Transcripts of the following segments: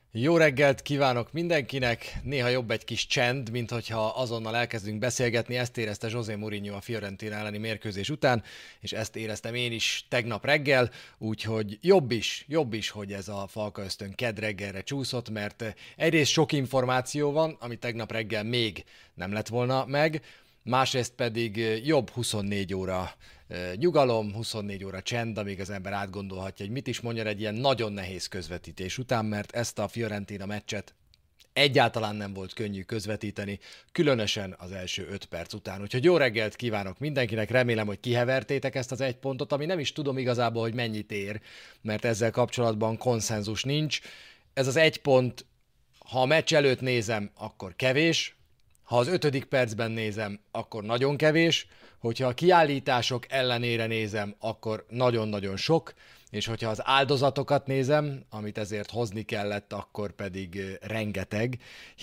Jó reggelt kívánok mindenkinek! Néha jobb egy kis csend, mint hogyha azonnal elkezdünk beszélgetni. Ezt érezte José Mourinho a Fiorentina elleni mérkőzés után, és ezt éreztem én is tegnap reggel, úgyhogy jobb is, hogy ez a Falka Ösztön kedd reggelre csúszott, mert egyrészt sok információ van, ami tegnap reggel még nem lett volna meg, másrészt pedig jobb 24 óra nyugalom, 24 óra csend, amíg az ember átgondolhatja, hogy mit is mondja egy ilyen nagyon nehéz közvetítés után, mert ezt a Fiorentina meccset egyáltalán nem volt könnyű közvetíteni, különösen az első 5 perc után. Úgyhogy jó reggelt kívánok mindenkinek, remélem, hogy kihevertétek ezt az egy pontot, ami nem is tudom igazából, hogy mennyit ér, mert ezzel kapcsolatban konszenzus nincs. Ez az egy pont, ha a meccs előtt nézem, akkor kevés, ha az 5. percben nézem, akkor nagyon kevés, hogyha a kiállítások ellenére nézem, akkor nagyon-nagyon sok, és hogyha az áldozatokat nézem, amit ezért hozni kellett, akkor pedig rengeteg,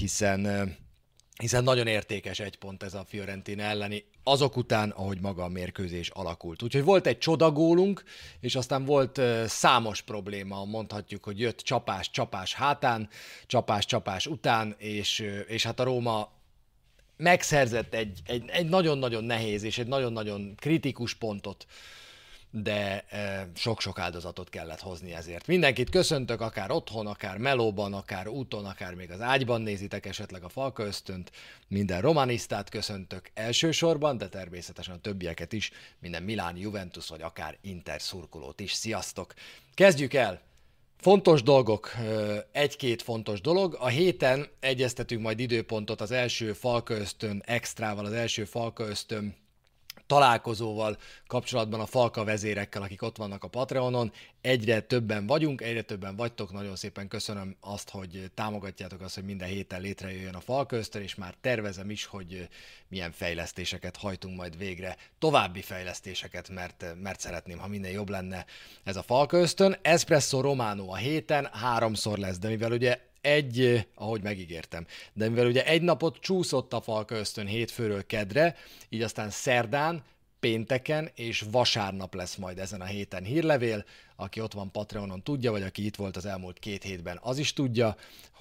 hiszen nagyon értékes egy pont ez a Fiorentina elleni, azok után, ahogy maga a mérkőzés alakult. Úgyhogy volt egy csodagólunk, és aztán volt számos probléma, mondhatjuk, hogy jött csapás hátán, csapás után, és hát a Róma megszerzett egy nagyon-nagyon nehéz és egy nagyon-nagyon kritikus pontot, de sok-sok áldozatot kellett hozni ezért. Mindenkit köszöntök, akár otthon, akár melóban, akár úton, akár még az ágyban nézitek esetleg a Falka Ösztönt, minden romanisztát köszöntök elsősorban, de természetesen a többieket is, minden Milán, Juventus vagy akár Inter szurkolót is. Sziasztok! Kezdjük el! Fontos dolgok, egy-két fontos dolog. A héten egyeztetünk majd időpontot az első Falka Ösztön extrával, az első Falka Ösztön találkozóval kapcsolatban a Falka vezérekkel, akik ott vannak a Patreonon. Egyre többen vagyunk, egyre többen vagytok, nagyon szépen köszönöm azt, hogy támogatjátok azt, hogy minden héten létrejöjjön a Falka Ösztön, és már tervezem is, hogy milyen fejlesztéseket hajtunk majd végre, további fejlesztéseket, mert szeretném, ha minden jobb lenne ez a Falka Ösztön. Espresso Romano a héten 3-szor lesz, de mivel ugye ahogy megígértem, de mivel ugye egy napot csúszott a Falka Ösztön hétfőről kedre, így aztán szerdán, pénteken és vasárnap lesz majd ezen a héten hírlevél. Aki ott van Patreonon tudja, vagy aki itt volt az elmúlt 2 hétben, az is tudja,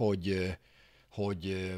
hogy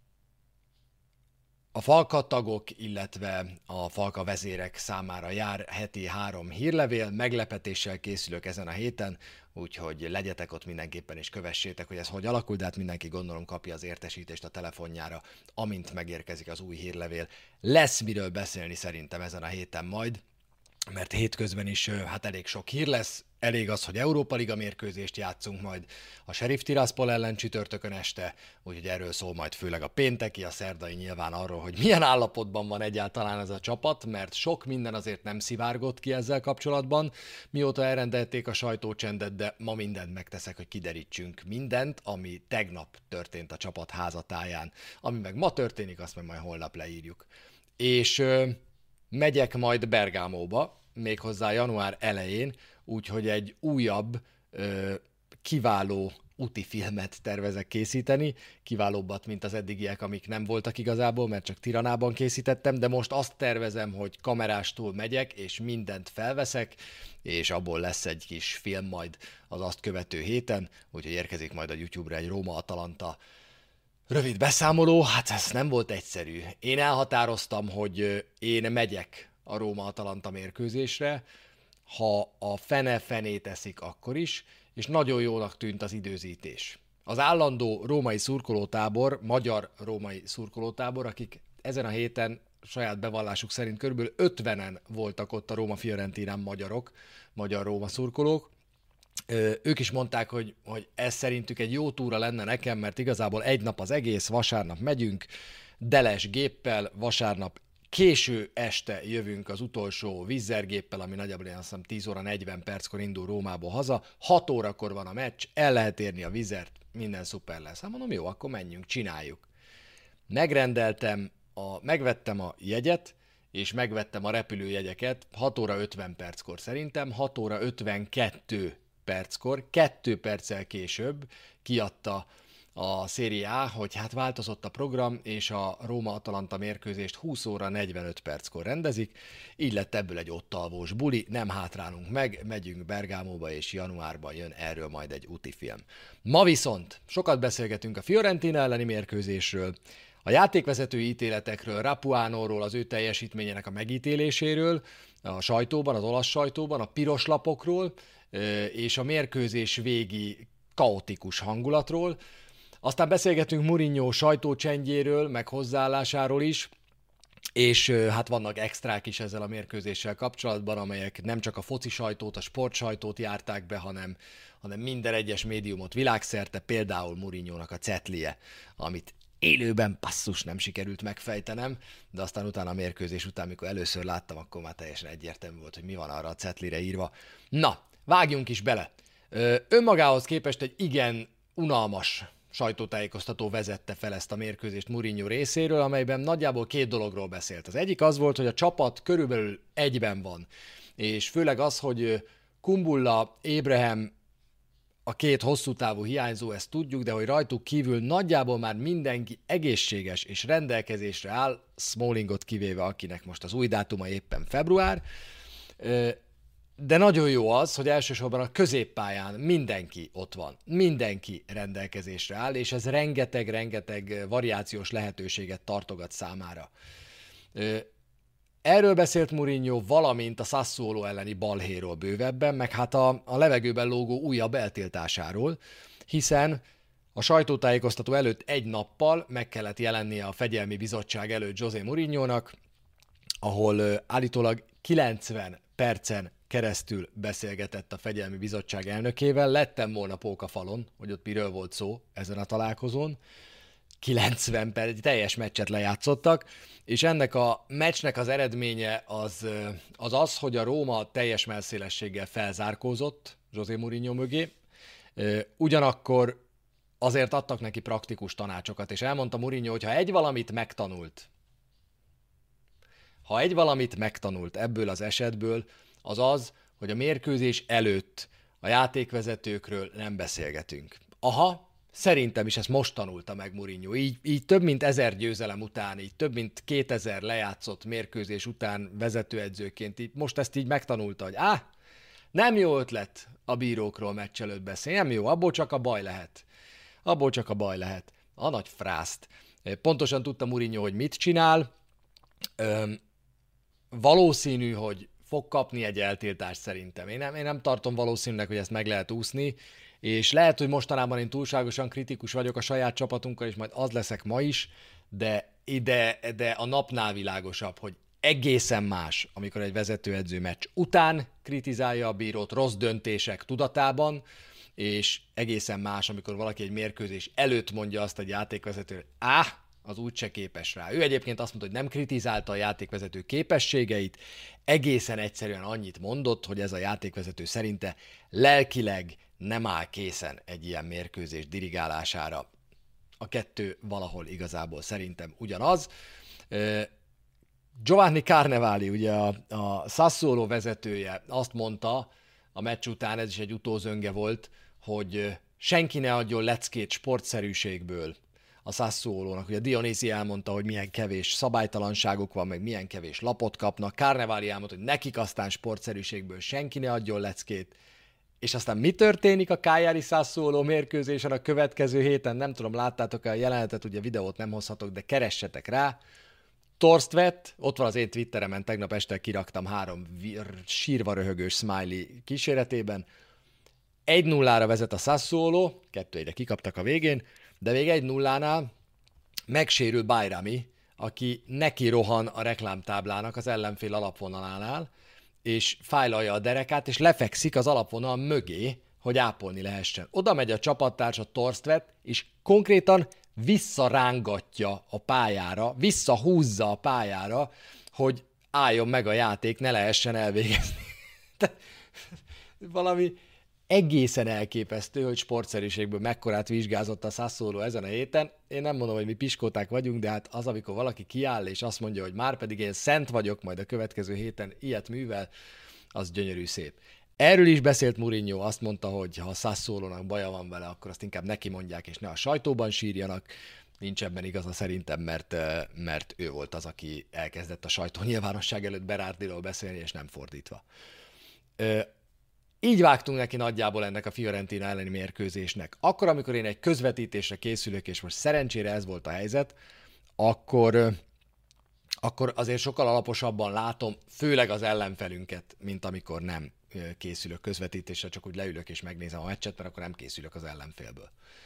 a Falka tagok, illetve a Falka vezérek számára jár heti 3 hírlevél, meglepetéssel készülök ezen a héten, úgyhogy legyetek ott mindenképpen és kövessétek, hogy ez hogy alakul, de hát mindenki gondolom kapja az értesítést a telefonjára, amint megérkezik az új hírlevél. Lesz miről beszélni szerintem ezen a héten majd, mert hétközben is hát elég sok hír lesz, elég az, hogy Európa Liga mérkőzést játszunk majd a Sheriff Tiraspol ellen csütörtökön este, úgyhogy erről szól majd főleg a pénteki, a szerdai nyilván arról, hogy milyen állapotban van egyáltalán ez a csapat, mert sok minden azért nem szivárgott ki ezzel kapcsolatban, mióta elrendelték a sajtócsendet, de ma mindent megteszek, hogy kiderítsünk mindent, ami tegnap történt a csapat házatáján. Ami meg ma történik, azt meg majd holnap leírjuk. És megyek majd Bergámóba, méghozzá január elején, úgyhogy egy újabb, kiváló úti filmet tervezek készíteni, kiválóbbat, mint az eddigiek, amik nem voltak igazából, mert csak Tiranában készítettem, de most azt tervezem, hogy kamerástól megyek, és mindent felveszek, és abból lesz egy kis film majd az azt követő héten, úgyhogy érkezik majd a YouTube-ra egy Róma-Atalanta rövid beszámoló. Hát ez nem volt egyszerű. Én elhatároztam, hogy én megyek a Róma-Atalanta mérkőzésre, ha a fene fenét eszik, akkor is, és nagyon jónak tűnt az időzítés. Az állandó római szurkolótábor, magyar római szurkolótábor, akik ezen a héten saját bevallásuk szerint körülbelül 50-en voltak ott a Róma Fiorentinán magyarok, magyar Róma szurkolók, ők is mondták, hogy ez szerintük egy jó túra lenne nekem, mert igazából egy nap az egész, vasárnap megyünk, Deles géppel, vasárnap késő este jövünk az utolsó vízzergéppel, ami nagyjából azt hiszem 10 óra 40 perckor indul Rómából haza, 6 órakor van a meccs, el lehet érni a vizert, minden szuper lesz. Hát mondom, jó, akkor menjünk, csináljuk. Megvettem a jegyet, és megvettem a repülőjegyeket 6 óra 50 perckor szerintem, 6 óra 52 perckor, 2 perccel később kiadta a Serie A, hogy hát változott a program, és a Róma-Atalanta mérkőzést 20 óra 45 perckor rendezik, így lett ebből egy ott alvós buli, nem hátrálunk meg, megyünk Bergámóba, és januárban jön erről majd egy úti film. Ma viszont sokat beszélgetünk a Fiorentina elleni mérkőzésről, a játékvezetői ítéletekről, Rapuánóról, az ő teljesítményének a megítéléséről, a sajtóban, az olasz sajtóban, a piros lapokról, és a mérkőzés végi kaotikus hangulatról. Aztán beszélgetünk Mourinho sajtócsendjéről, meg hozzáállásáról is, és hát vannak extrák is ezzel a mérkőzéssel kapcsolatban, amelyek nem csak a foci sajtót, a sport sajtót járták be, hanem minden egyes médiumot világszerte, például Mourinhónak a cetlie, amit élőben passzus nem sikerült megfejtenem, de aztán utána a mérkőzés után, amikor először láttam, akkor már teljesen egyértelmű volt, hogy mi van arra a cetlire írva. Na, vágjunk is bele! Önmagához képest egy igen unalmas sajtótájékoztató vezette fel ezt a mérkőzést Mourinho részéről, amelyben nagyjából két dologról beszélt. Az egyik az volt, hogy a csapat körülbelül egyben van, és főleg az, hogy Kumbulla, Abraham a két hosszú távú hiányzó, ezt tudjuk, de hogy rajtuk kívül nagyjából már mindenki egészséges és rendelkezésre áll, Smallingot kivéve, akinek most az új dátuma éppen február, de nagyon jó az, hogy elsősorban a középpályán mindenki ott van, mindenki rendelkezésre áll, és ez rengeteg variációs lehetőséget tartogat számára. Erről beszélt Mourinho, valamint a Sassuolo elleni balhéról bővebben, meg hát a levegőben lógó újabb eltiltásáról, hiszen a sajtótájékoztató előtt egy nappal meg kellett jelennie a fegyelmi bizottság előtt José Mourinhónak, ahol állítólag 90 percen keresztül beszélgetett a fegyelmi bizottság elnökével. Lettem volna pókafalon, hogy ott miről volt szó ezen a találkozón. 90 perc, egy teljes meccset lejátszottak, és ennek a meccsnek az eredménye az, hogy a Róma teljes mellszélességgel felzárkózott José Mourinho mögé. Ugyanakkor azért adtak neki praktikus tanácsokat, és elmondta Mourinho, hogy ha egy valamit megtanult ebből az esetből, az az, hogy a mérkőzés előtt a játékvezetőkről nem beszélgetünk. Aha, szerintem is ezt most tanulta meg Mourinho. Így több mint 1000 győzelem után, így több mint 2000 lejátszott mérkőzés után vezetőedzőként, most ezt így megtanulta, hogy nem jó ötlet a bírókról meccs előtt beszélni, nem jó, abból csak a baj lehet. A nagy frászt. Pontosan tudta Mourinho, hogy mit csinál. Valószínű, hogy fog kapni egy eltiltást szerintem. Én nem tartom valószínűleg, hogy ezt meg lehet úszni, és lehet, hogy mostanában én túlságosan kritikus vagyok a saját csapatunkkal, és majd az leszek ma is, de a napnál világosabb, hogy egészen más, amikor egy vezetőedző meccs után kritizálja a bírót rossz döntések tudatában, és egészen más, amikor valaki egy mérkőzés előtt mondja azt egy játékvezető, az úgyse képes rá. Ő egyébként azt mondta, hogy nem kritizálta a játékvezető képességeit, egészen egyszerűen annyit mondott, hogy ez a játékvezető szerinte lelkileg nem áll készen egy ilyen mérkőzés dirigálására. A kettő valahol igazából szerintem ugyanaz. Giovanni Carnevali, ugye a Sassuolo vezetője azt mondta a meccs után, ez is egy utózönge volt, hogy senki ne adjon leckét sportszerűségből a Sassuolónak. Ugye Dionisi elmondta, hogy milyen kevés szabálytalanságok van, meg milyen kevés lapot kapnak. Carnevali elmondta, hogy nekik aztán sportszerűségből senki ne adjon leckét. És aztán mi történik a Cagliari Sassuolo mérkőzésen a következő héten? Nem tudom, láttátok-e a jelenetet, ugye videót nem hozhatok, de keressetek rá. Torstvedt, ott van az én Twitteremen, tegnap este kiraktam 3 sírva röhögős smiley kíséretében. 1-0-ra vezet a Sassuolo, 2-1-re kikaptak a végén, de még 1-0-nál megsérül Bajrami, aki neki rohan a reklámtáblának az ellenfél alapvonalánál, és fájlalja a derekát, és lefekszik az alapvonal mögé, hogy ápolni lehessen. Oda megy a csapattársa Torstvedt, és konkrétan visszarángatja a pályára, visszahúzza a pályára, hogy álljon meg a játék, ne lehessen elvégezni. Valami egészen elképesztő, hogy sportszerűségből mekkorát vizsgázott a Sassuolo ezen a héten. Én nem mondom, hogy mi piskóták vagyunk, de hát az, amikor valaki kiáll és azt mondja, hogy már pedig én szent vagyok, majd a következő héten ilyet művel, az gyönyörű szép. Erről is beszélt Mourinho, azt mondta, hogy ha a Sassuolónak baja van vele, akkor azt inkább neki mondják, és ne a sajtóban sírjanak. Nincs ebben igaza szerintem, mert ő volt az, aki elkezdett a sajtó nyilvánosság előtt Berardiról beszélni, és nem fordítva. Így vágtunk neki nagyjából ennek a Fiorentina elleni mérkőzésnek. Akkor, amikor én egy közvetítésre készülök, és most szerencsére ez volt a helyzet, akkor azért sokkal alaposabban látom, főleg az ellenfelünket, mint amikor nem készülök közvetítésre, csak úgy leülök és megnézem a meccset, mert akkor nem készülök az ellenfélből.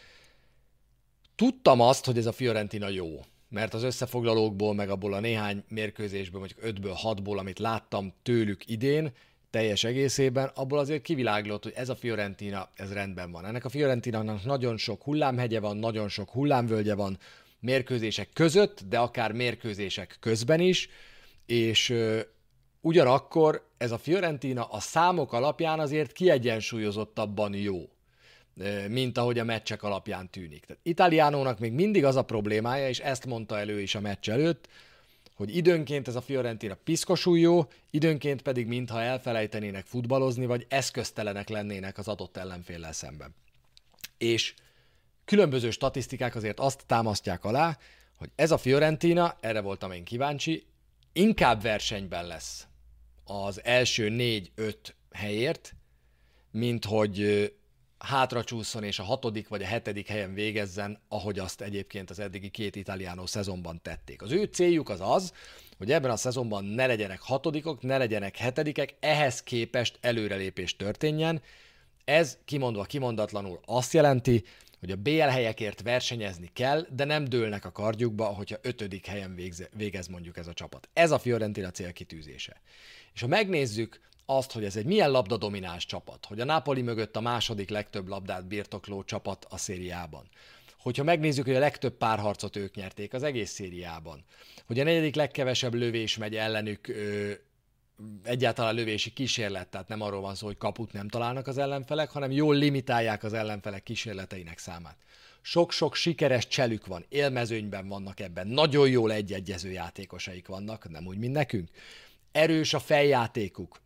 Tudtam azt, hogy ez a Fiorentina jó, mert az összefoglalókból, meg abból a néhány mérkőzésből, mondjuk 5-ből, 6-ból, amit láttam tőlük idén, teljes egészében, abból azért kiviláglott, hogy ez a Fiorentina, ez rendben van. Ennek a Fiorentinának nagyon sok hullámhegye van, nagyon sok hullámvölgye van, mérkőzések között, de akár mérkőzések közben is, és ugyanakkor ez a Fiorentina a számok alapján azért kiegyensúlyozottabban jó, mint ahogy a meccsek alapján tűnik. Tehát Italiánónak még mindig az a problémája, és ezt mondta elő is a meccs előtt, hogy időnként ez a Fiorentina piszkosul jó, időnként pedig mintha elfelejtenének futballozni, vagy eszköztelenek lennének az adott ellenféllel szemben. És különböző statisztikák azért azt támasztják alá, hogy ez a Fiorentina, erre voltam én kíváncsi, inkább versenyben lesz az első 4-5 helyért, mint hogy hátra csúszson és a 6. vagy a 7. helyen végezzen, ahogy azt egyébként az eddigi 2 Italiano szezonban tették. Az ő céljuk az, hogy ebben a szezonban ne legyenek 6-ok, ne legyenek 7-ek, ehhez képest előrelépés történjen. Ez kimondatlanul azt jelenti, hogy a BL helyekért versenyezni kell, de nem dőlnek a kardjukba, hogyha 5. helyen végez mondjuk ez a csapat. Ez a Fiorentina célkitűzése. És ha megnézzük azt, hogy ez egy milyen labdadomináns csapat, hogy a Napoli mögött a második legtöbb labdát birtokló csapat a szériában, hogyha megnézzük, hogy a legtöbb párharcot ők nyerték az egész szériában, hogy a 4. legkevesebb lövés megy ellenük, egyáltalán lövési kísérlet, tehát nem arról van szó, hogy kaput nem találnak az ellenfelek, hanem jól limitálják az ellenfelek kísérleteinek számát. Sok-sok sikeres cselük van, élmezőnyben vannak ebben, nagyon jól egyegyező játékosaik vannak, nem úgy, mint nekünk. Erős a fejjátékuk.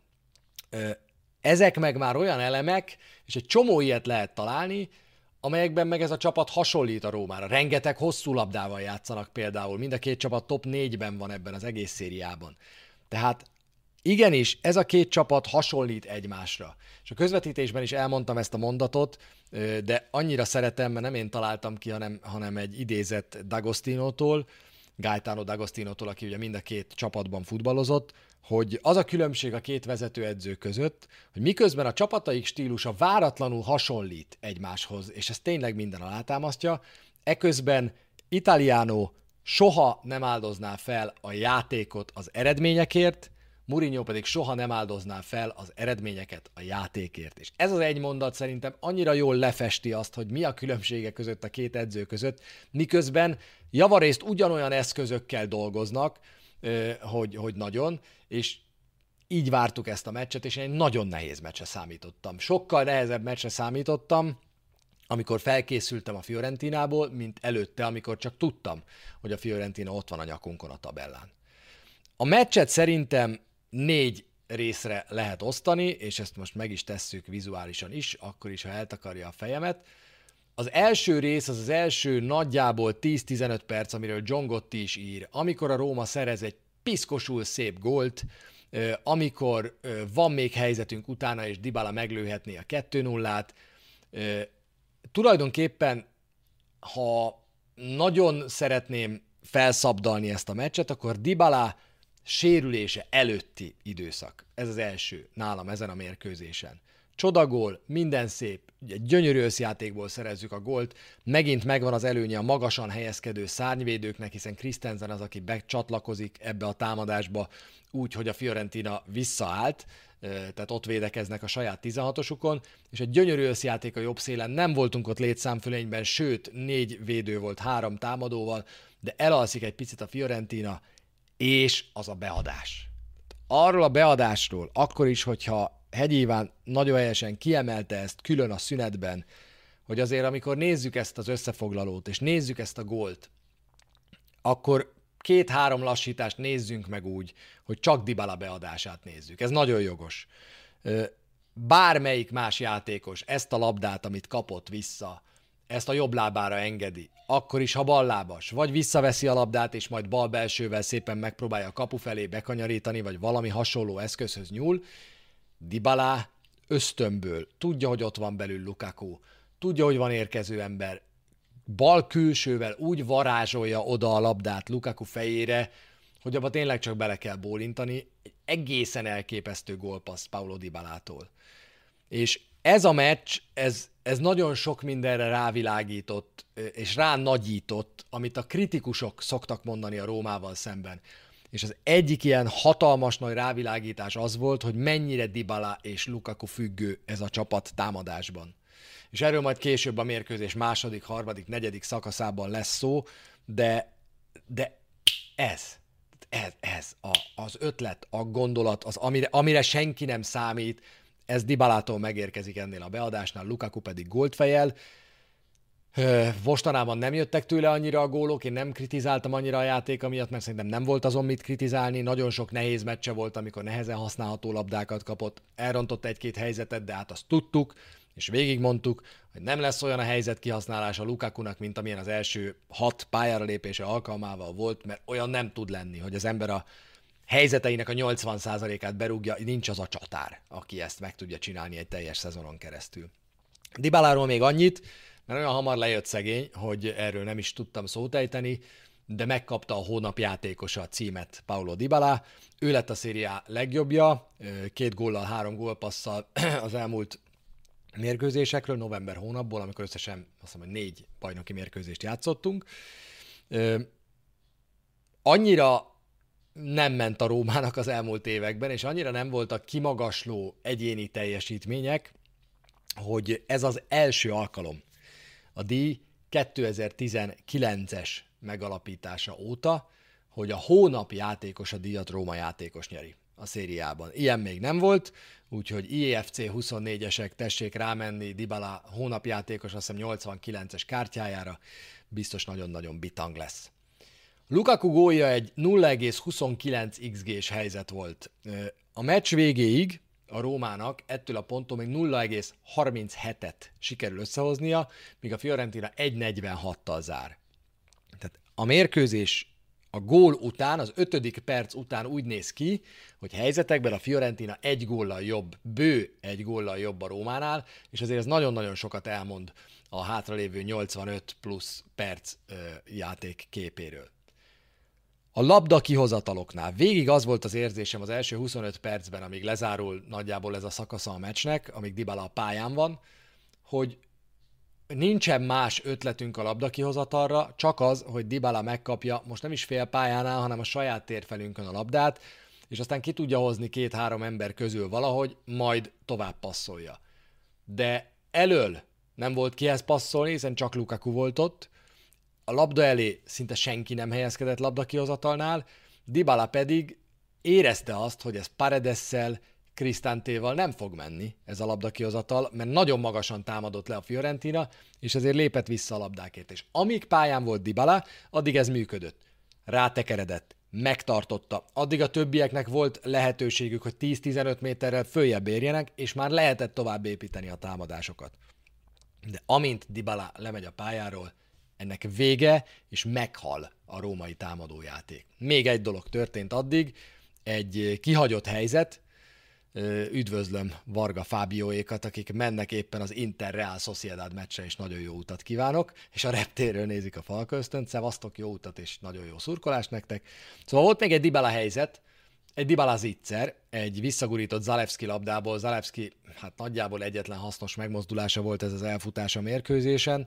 Ezek meg már olyan elemek, és egy csomó ilyet lehet találni, amelyekben meg ez a csapat hasonlít a Rómára. Rengeteg hosszú labdával játszanak például, mind a 2 csapat top 4-ben van ebben az egész szériában. Tehát igenis, ez a 2 csapat hasonlít egymásra. És a közvetítésben is elmondtam ezt a mondatot, de annyira szeretem, mert nem én találtam ki, hanem egy idézet D'Agostinótól, Gaetano D'Agostinótól, aki ugye mind a 2 csapatban futballozott, hogy az a különbség a 2 vezetőedző között, hogy miközben a csapataik stílusa váratlanul hasonlít egymáshoz, és ez tényleg minden alátámasztja, eközben Italiano soha nem áldozná fel a játékot az eredményekért, Mourinho pedig soha nem áldozná fel az eredményeket a játékért. És ez az egy mondat szerintem annyira jól lefesti azt, hogy mi a különbsége között a 2 edző között, miközben javarészt ugyanolyan eszközökkel dolgoznak, hogy nagyon, és így vártuk ezt a meccset, és én egy nagyon nehéz meccsre számítottam. Sokkal nehezebb meccsre számítottam, amikor felkészültem a Fiorentinából, mint előtte, amikor csak tudtam, hogy a Fiorentina ott van a nyakunkon a tabellán. A meccset szerintem 4 részre lehet osztani, és ezt most meg is tesszük vizuálisan is, akkor is, ha eltakarja a fejemet. Az első rész, az első nagyjából 10-15 perc, amiről John Gotti is ír, amikor a Róma szerez egy piszkosul szép gólt, amikor van még helyzetünk utána, és Dybala meglőhetné a 2-0-át. Tulajdonképpen, ha nagyon szeretném felszabdalni ezt a meccset, akkor Dybala sérülése előtti időszak. Ez az első nálam ezen a mérkőzésen. Csodagól, minden szép, egy gyönyörű összjátékból szerezzük a gólt, megint megvan az előnye a magasan helyezkedő szárnyvédőknek, hiszen Christensen az, aki becsatlakozik ebbe a támadásba úgy, hogy a Fiorentina visszaállt, tehát ott védekeznek a saját 16-osukon, és egy gyönyörű összjáték a jobb szélen, nem voltunk ott létszámfölényben, sőt 4 védő volt 3 támadóval, de elalszik egy picit a Fiorentina, és az a beadás. Arról a beadásról, akkor is, hogyha Hegyi Iván nagyon helyesen kiemelte ezt külön a szünetben, hogy azért amikor nézzük ezt az összefoglalót, és nézzük ezt a gólt, akkor 2-3 lassítást nézzünk meg úgy, hogy csak Dybala beadását nézzük. Ez nagyon jogos. bármelyik más játékos ezt a labdát, amit kapott vissza, ezt a jobb lábára engedi, akkor is, ha ballábas, vagy visszaveszi a labdát, és majd bal belsővel szépen megpróbálja a kapu felé bekanyarítani, vagy valami hasonló eszközhöz nyúl, Dybala ösztönből tudja, hogy ott van belül Lukaku, tudja, hogy van érkező ember, bal külsővel úgy varázsolja oda a labdát Lukaku fejére, hogy abba tényleg csak bele kell bólintani. Egy egészen elképesztő gólpassz Paulo Dybalától. És ez a meccs, ez nagyon sok mindenre rávilágított, és ránagyított, amit a kritikusok szoktak mondani a Rómával szemben. És az egyik ilyen hatalmas nagy rávilágítás az volt, hogy mennyire Dybala és Lukaku függő ez a csapat támadásban. És erről majd később a mérkőzés második, harmadik, negyedik szakaszában lesz szó, de ez az ötlet, a gondolat, az, amire senki nem számít, ez Dybalától megérkezik ennél a beadásnál, Lukaku pedig gólt fejel. Mostanában nem jöttek tőle annyira a gólok, én nem kritizáltam annyira a játéka miatt, mert szerintem nem volt azon mit kritizálni, nagyon sok nehéz meccse volt, amikor nehezen használható labdákat kapott, elrontott egy-két helyzetet, de hát azt tudtuk, és végigmondtuk, hogy nem lesz olyan a helyzet kihasználása Lukakunak, mint amilyen az első 6 pályára lépése alkalmával volt, mert olyan nem tud lenni, hogy az ember a helyzeteinek a 80%-át berúgja, nincs az a csatár, aki ezt meg tudja csinálni egy teljes szezonon keresztül. Dybaláról még annyit, mert olyan hamar lejött szegény, hogy erről nem is tudtam szót ejteni, de megkapta a hónap játékosa címet Paulo Dybala. Ő lett a Serie A legjobbja, 2 góllal, 3 gólpasszal az elmúlt mérkőzésekről, november hónapból, amikor összesen azt hiszem, hogy 4 bajnoki mérkőzést játszottunk. Annyira nem ment a Rómának az elmúlt években, és annyira nem voltak kimagasló egyéni teljesítmények, hogy ez az első alkalom a díj 2019-es megalapítása óta, hogy a hónap játékos a díjat Róma játékos nyeri a szériában. Ilyen még nem volt, úgyhogy IEFC 24-esek tessék rámenni Dybala hónapjátékos, azt hiszem 89-es kártyájára, biztos nagyon-nagyon bitang lesz. Lukaku gólja egy 0,29 XG-s helyzet volt. A meccs végéig a Rómának ettől a ponttól még 0,37-et sikerül összehoznia, míg a Fiorentina 1,46-tal zár. Tehát a mérkőzés a gól után, az 5. perc után úgy néz ki, hogy helyzetekben a Fiorentina 1 góllal jobb, bő 1 góllal jobb a Rómánál, és azért ez nagyon-nagyon sokat elmond a hátralévő 85 plusz perc játék képéről. A labda kihozataloknál végig az volt az érzésem az első 25 percben, amíg lezárul nagyjából ez a szakasza a meccsnek, amíg Dybala a pályán van, hogy nincsen más ötletünk a labda kihozatalra, csak az, hogy Dybala megkapja most nem is fél pályánál, hanem a saját térfelünkön a labdát, és aztán ki tudja hozni 2-3 ember közül valahogy, majd tovább passzolja. De elől nem volt kihez passzolni, hiszen csak Lukaku volt ott, a labda elé szinte senki nem helyezkedett labdakihozatalnál, Dybala pedig érezte azt, hogy ez Paredessel, Krisztántéval nem fog menni ez a labdakihozatal, mert nagyon magasan támadott le a Fiorentina, és ezért lépett vissza a labdákért. És amíg pályán volt Dybala, addig ez működött. Rátekeredett, megtartotta, addig a többieknek volt lehetőségük, hogy 10-15 méterrel följebb érjenek, és már lehetett tovább építeni a támadásokat. De amint Dybala lemegy a pályáról, ennek vége, és meghal a római támadójáték. Még egy dolog történt addig, egy kihagyott helyzet, üdvözlöm Varga Fábióékat, akik mennek éppen az Inter Real Sociedad meccsre, és nagyon jó utat kívánok, és a reptérről nézik a Falköztönt, szevasztok, jó utat, és nagyon jó szurkolást nektek. Szóval volt még egy Dybala helyzet, egy Dybala zicser, egy visszagurított Zalewski labdából, Zalewski hát nagyjából egyetlen hasznos megmozdulása volt ez az elfutás a mérkőzésen,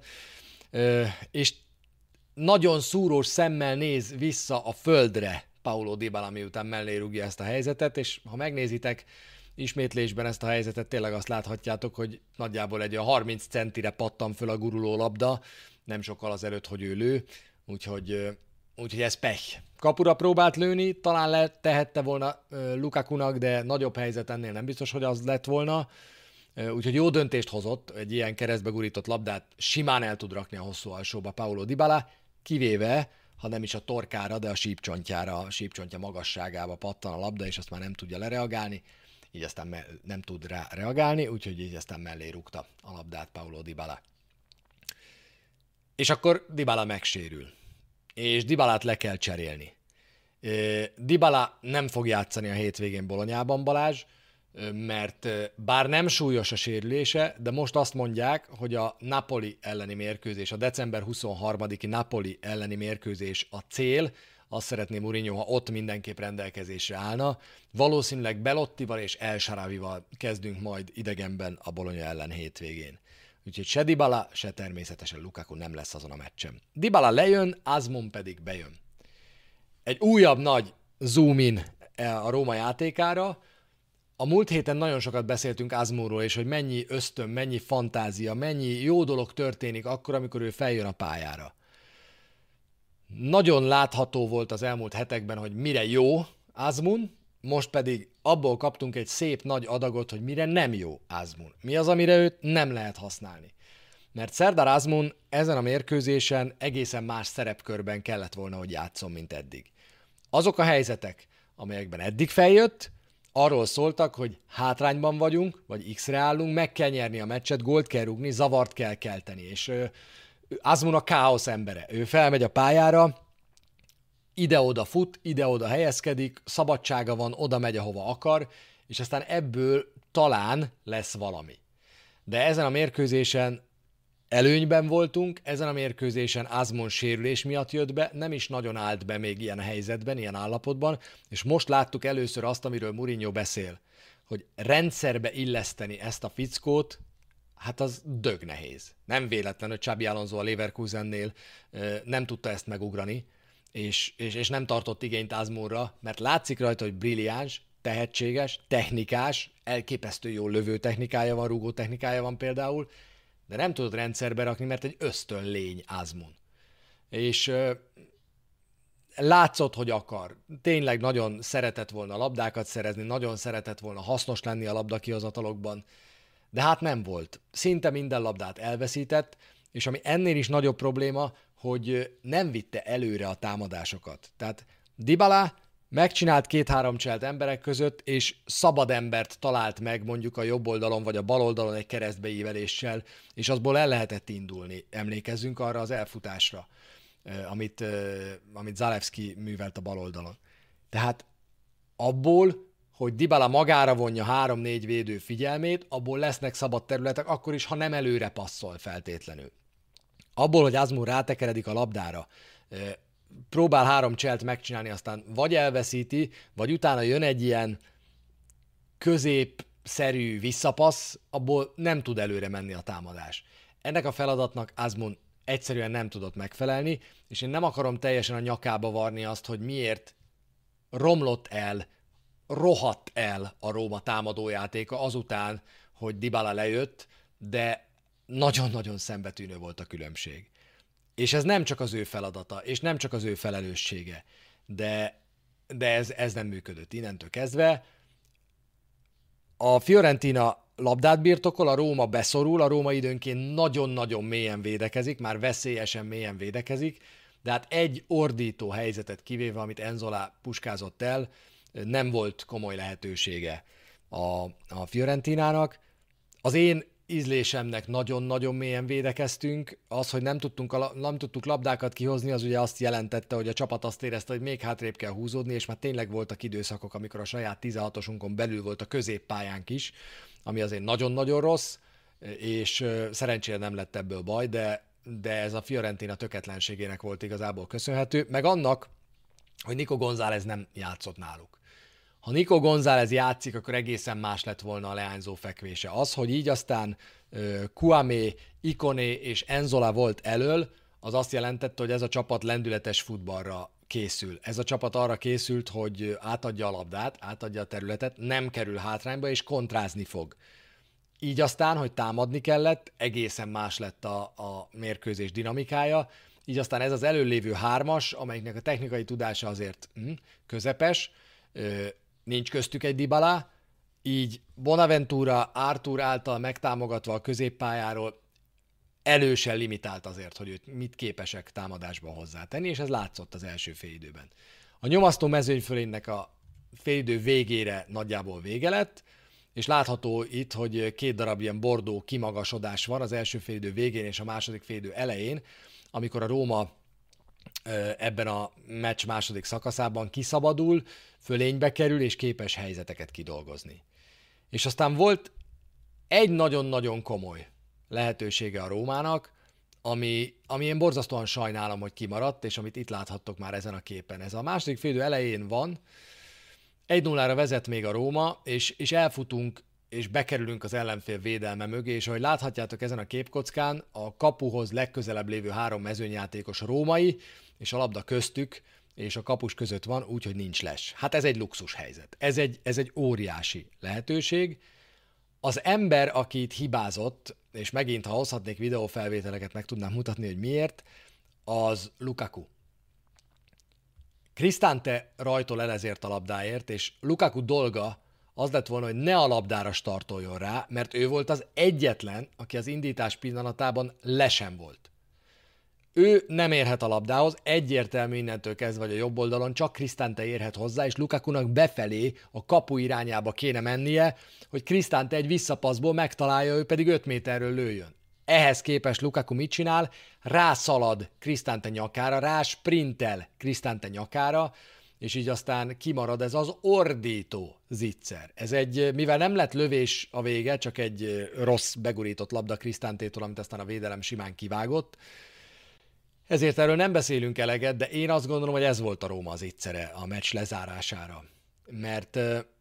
és nagyon szúrós szemmel néz vissza a földre Paulo Dybala, miután mellé rúgja ezt a helyzetet, és ha megnézitek ismétlésben ezt a helyzetet, tényleg azt láthatjátok, hogy nagyjából egy 30 centire pattan föl a guruló labda, nem sokkal azelőtt, hogy ő lő, úgyhogy ez pech. Kapura próbált lőni, talán letehette volna Lukakunak, de nagyobb helyzet ennél nem biztos, hogy az lett volna. Úgyhogy jó döntést hozott, egy ilyen keresztbe gurított labdát simán el tud rakni a hosszú alsóba Paulo Dybala, kivéve, ha nem is a torkára, de a sípcsontjára, a sípcsontja magasságába pattan a labda, és azt már nem tudja lereagálni. így aztán nem tud rá reagálni, úgyhogy így aztán mellé rúgta a labdát Paulo Dybala. És akkor Dybala megsérül, és Dybalát le kell cserélni. Dybala nem fog játszani a hétvégén Bolonyában, Balázs, mert bár nem súlyos a sérülése, de most azt mondják, hogy a Napoli elleni mérkőzés, a december 23-i Napoli elleni mérkőzés a cél, azt szeretné Mourinho, ha ott mindenképp rendelkezésre állna. Valószínűleg Belottival és El Shaarawival kezdünk majd idegenben a Bologna ellen hétvégén. Úgyhogy se Dybala, se természetesen Lukaku nem lesz azon a meccsen. Dybala lejön, Azmoun pedig bejön. Egy újabb nagy zoom in a Róma játékára. A múlt héten nagyon sokat beszéltünk Azmounról, és hogy mennyi ösztön, mennyi fantázia, mennyi jó dolog történik akkor, amikor ő feljön a pályára. Nagyon látható volt az elmúlt hetekben, hogy mire jó Azmoun, most pedig abból kaptunk egy szép nagy adagot, hogy mire nem jó Azmoun. Mi az, amire őt nem lehet használni. Mert Serdar Azmoun ezen a mérkőzésen egészen más szerepkörben kellett volna, hogy játszon, mint eddig. Azok a helyzetek, amelyekben eddig feljött, arról szóltak, hogy hátrányban vagyunk, vagy X-re állunk, meg kell nyerni a meccset, gólt kell rúgni, zavart kell kelteni, és Azmoun a káosz embere. Ő felmegy a pályára, ide-oda fut, ide-oda helyezkedik, szabadsága van, oda megy, ahova akar, és aztán ebből talán lesz valami. De ezen a mérkőzésen előnyben voltunk, ezen a mérkőzésen Azmoun sérülés miatt jött be, nem is nagyon állt be még ilyen helyzetben, ilyen állapotban, és most láttuk először azt, amiről Mourinho beszél, hogy rendszerbe illeszteni ezt a fickót, hát az dög nehéz. Nem véletlen, hogy Xabi Alonso a Leverkusennél nem tudta ezt megugrani, és nem tartott igényt Azmounra, mert látszik rajta, hogy brilliáns, tehetséges, technikás, elképesztő jó lövő technikája van, rúgó technikája van például, de nem tudod rendszerbe rakni, mert egy ösztön lény Azmoun. És látszott, hogy akar. Tényleg nagyon szeretett volna labdákat szerezni, nagyon szeretett volna hasznos lenni a labdakihozatalokban, de hát nem volt. Szinte minden labdát elveszített, és ami ennél is nagyobb probléma, hogy nem vitte előre a támadásokat. Tehát Dybala megcsinált 2-3 cselt emberek között, és szabad embert talált meg mondjuk a jobb oldalon vagy a bal oldalon egy keresztbeíveléssel, és azból el lehetett indulni. Emlékezzünk arra az elfutásra, amit Zalewski művelt a bal oldalon. Tehát abból, hogy Dybala magára vonja 3-4 védő figyelmét, abból lesznek szabad területek, akkor is, ha nem előre passzol feltétlenül. Abból, hogy Azmoun rátekeredik a labdára, próbál 3 cselt megcsinálni, aztán vagy elveszíti, vagy utána jön egy ilyen középszerű visszapassz, abból nem tud előre menni a támadás. Ennek a feladatnak Azmoun egyszerűen nem tudott megfelelni, és én nem akarom teljesen a nyakába varni azt, hogy miért rohadt el a Róma támadójátéka azután, hogy Dybala lejött, de nagyon-nagyon szembetűnő volt a különbség. És ez nem csak az ő feladata, és nem csak az ő felelőssége, de ez nem működött innentől kezdve. A Fiorentina labdát birtokol, a Róma beszorul, a Róma időnként nagyon-nagyon mélyen védekezik, már veszélyesen mélyen védekezik, de hát egy ordító helyzetet kivéve, amit Enzola puskázott el, nem volt komoly lehetősége a Fiorentinának. Az én ízlésemnek nagyon-nagyon mélyen védekeztünk. Az, hogy nem tudtuk labdákat kihozni, az ugye azt jelentette, hogy a csapat azt érezte, hogy még hátrébb kell húzódni, és már tényleg voltak időszakok, amikor a saját 16-osunkon belül volt a középpályánk is, ami azért nagyon-nagyon rossz, és szerencsére nem lett ebből baj, de ez a Fiorentina töketlenségének volt igazából köszönhető, meg annak, hogy Nico González nem játszott náluk. Ha Nico González játszik, akkor egészen más lett volna a leányzó fekvése. Az, hogy így aztán Kouamé, Ikoné és Enzola volt elől, az azt jelentette, hogy ez a csapat lendületes futballra készül. Ez a csapat arra készült, hogy átadja a labdát, átadja a területet, nem kerül hátrányba és kontrázni fog. Így aztán, hogy támadni kellett, egészen más lett a mérkőzés dinamikája, így aztán ez az előlévő 3-as, amelyiknek a technikai tudása azért közepes, nincs köztük egy Dybala, így Bonaventura, Arthur által megtámogatva a középpályáról elősen limitált azért, hogy őt mit képesek támadásban hozzátenni, és ez látszott az első félidőben. A nyomasztó mezőnyfölénynek a félidő végére nagyjából vége lett, és látható itt, hogy 2 darab ilyen bordó kimagasodás van az első félidő végén és a második félidő elején, amikor a Róma ebben a meccs második szakaszában kiszabadul, fölénybe kerül és képes helyzeteket kidolgozni. És aztán volt egy nagyon-nagyon komoly lehetősége a Rómának, ami én borzasztóan sajnálom, hogy kimaradt, és amit itt láthattok már ezen a képen. Ez a második félidő elején van, 1-0-ra vezet még a Róma, és elfutunk, és bekerülünk az ellenfél védelme mögé, és ahogy láthatjátok ezen a képkockán, a kapuhoz legközelebb lévő 3 mezőnyjátékos római, és a labda köztük, és a kapus között van, úgyhogy nincs les. Hát ez egy luxus helyzet. Ez egy óriási lehetőség. Az ember, aki itt hibázott, és megint, ha hozhatnék videófelvételeket, meg tudnám mutatni, hogy miért, az Lukaku. Cristante rajtol el ezért a labdáért, és Lukaku dolga az lett volna, hogy ne a labdára startoljon rá, mert ő volt az egyetlen, aki az indítás pillanatában lesen volt. Ő nem érhet a labdához, egyértelmű innentől kezdve, vagy a jobb oldalon csak Cristante érhet hozzá, és Lukakunak befelé, a kapu irányába kéne mennie, hogy Cristante egy visszapaszból megtalálja, ő pedig 5 méterről lőjön. Ehhez képest Lukaku mit csinál? Rászalad Cristante nyakára, rásprinttel Cristante nyakára, és így aztán kimarad ez az ordító zicser. Ez mivel nem lett lövés a vége, csak egy rossz begurított labda Cristantétól, amit aztán a védelem simán kivágott, ezért erről nem beszélünk eleget, de én azt gondolom, hogy ez volt a Róma zicsere a meccs lezárására. Mert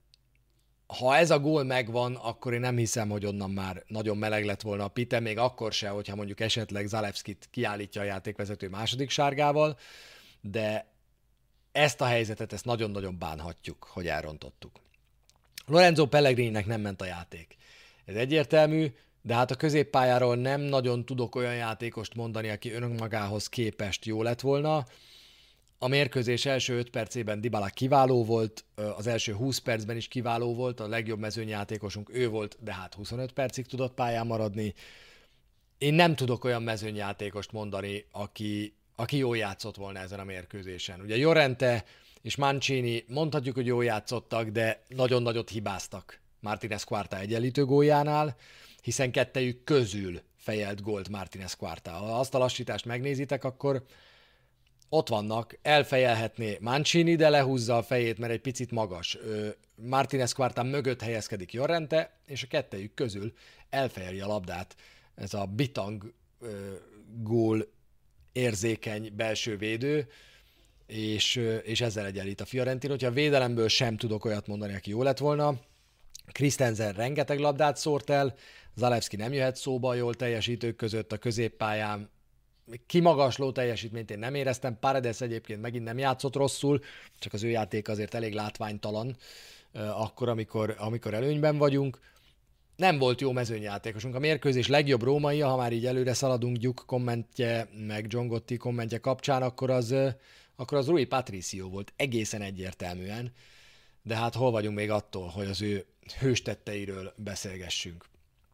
ha ez a gól megvan, akkor én nem hiszem, hogy onnan már nagyon meleg lett volna a pite, még akkor se, hogyha mondjuk esetleg Zalewskit kiállítja a játékvezető második sárgával, de ezt a helyzetet, ezt nagyon-nagyon bánhatjuk, hogy elrontottuk. Lorenzo Pellegrininek nem ment a játék. Ez egyértelmű, de hát a középpályáról nem nagyon tudok olyan játékost mondani, aki önmagához képest jó lett volna. A mérkőzés első 5 percében Dybala kiváló volt, az első 20 percben is kiváló volt, a legjobb mezőnyjátékosunk ő volt, de hát 25 percig tudott pályán maradni. Én nem tudok olyan mezőnyjátékost mondani, aki jól játszott volna ezen a mérkőzésen. Ugye Llorente és Mancini mondhatjuk, hogy jól játszottak, de nagyon nagyot hibáztak Martínez Cuarta egyenlítő góljánál, hiszen kettejük közül fejelt gólt Martínez Cuarta. Ha azt a lassítást megnézitek, akkor ott vannak, elfejelhetné Mancini, de lehúzza a fejét, mert egy picit magas. Martínez Cuarta mögött helyezkedik Llorente, és a kettejük közül elfejeli a labdát. Ez a bitang gól érzékeny belső védő, és ezzel egyenlít a Fiorentina. Hogyha a védelemből sem tudok olyat mondani, aki jó lett volna. Christensen rengeteg labdát szórt el, Zalewski nem jöhet szóba jól teljesítők között a középpályán. Kimagasló teljesítményt én nem éreztem, Paredes egyébként megint nem játszott rosszul, csak az ő játék azért elég látványtalan akkor, amikor előnyben vagyunk. Nem volt jó mezőnyjátékosunk. A mérkőzés legjobb római, ha már így előre szaladunk Gyuk kommentje, meg John Gotti kommentje kapcsán, akkor az Rui Patricio volt egészen egyértelműen, de hát hol vagyunk még attól, hogy az ő hőstetteiről beszélgessünk.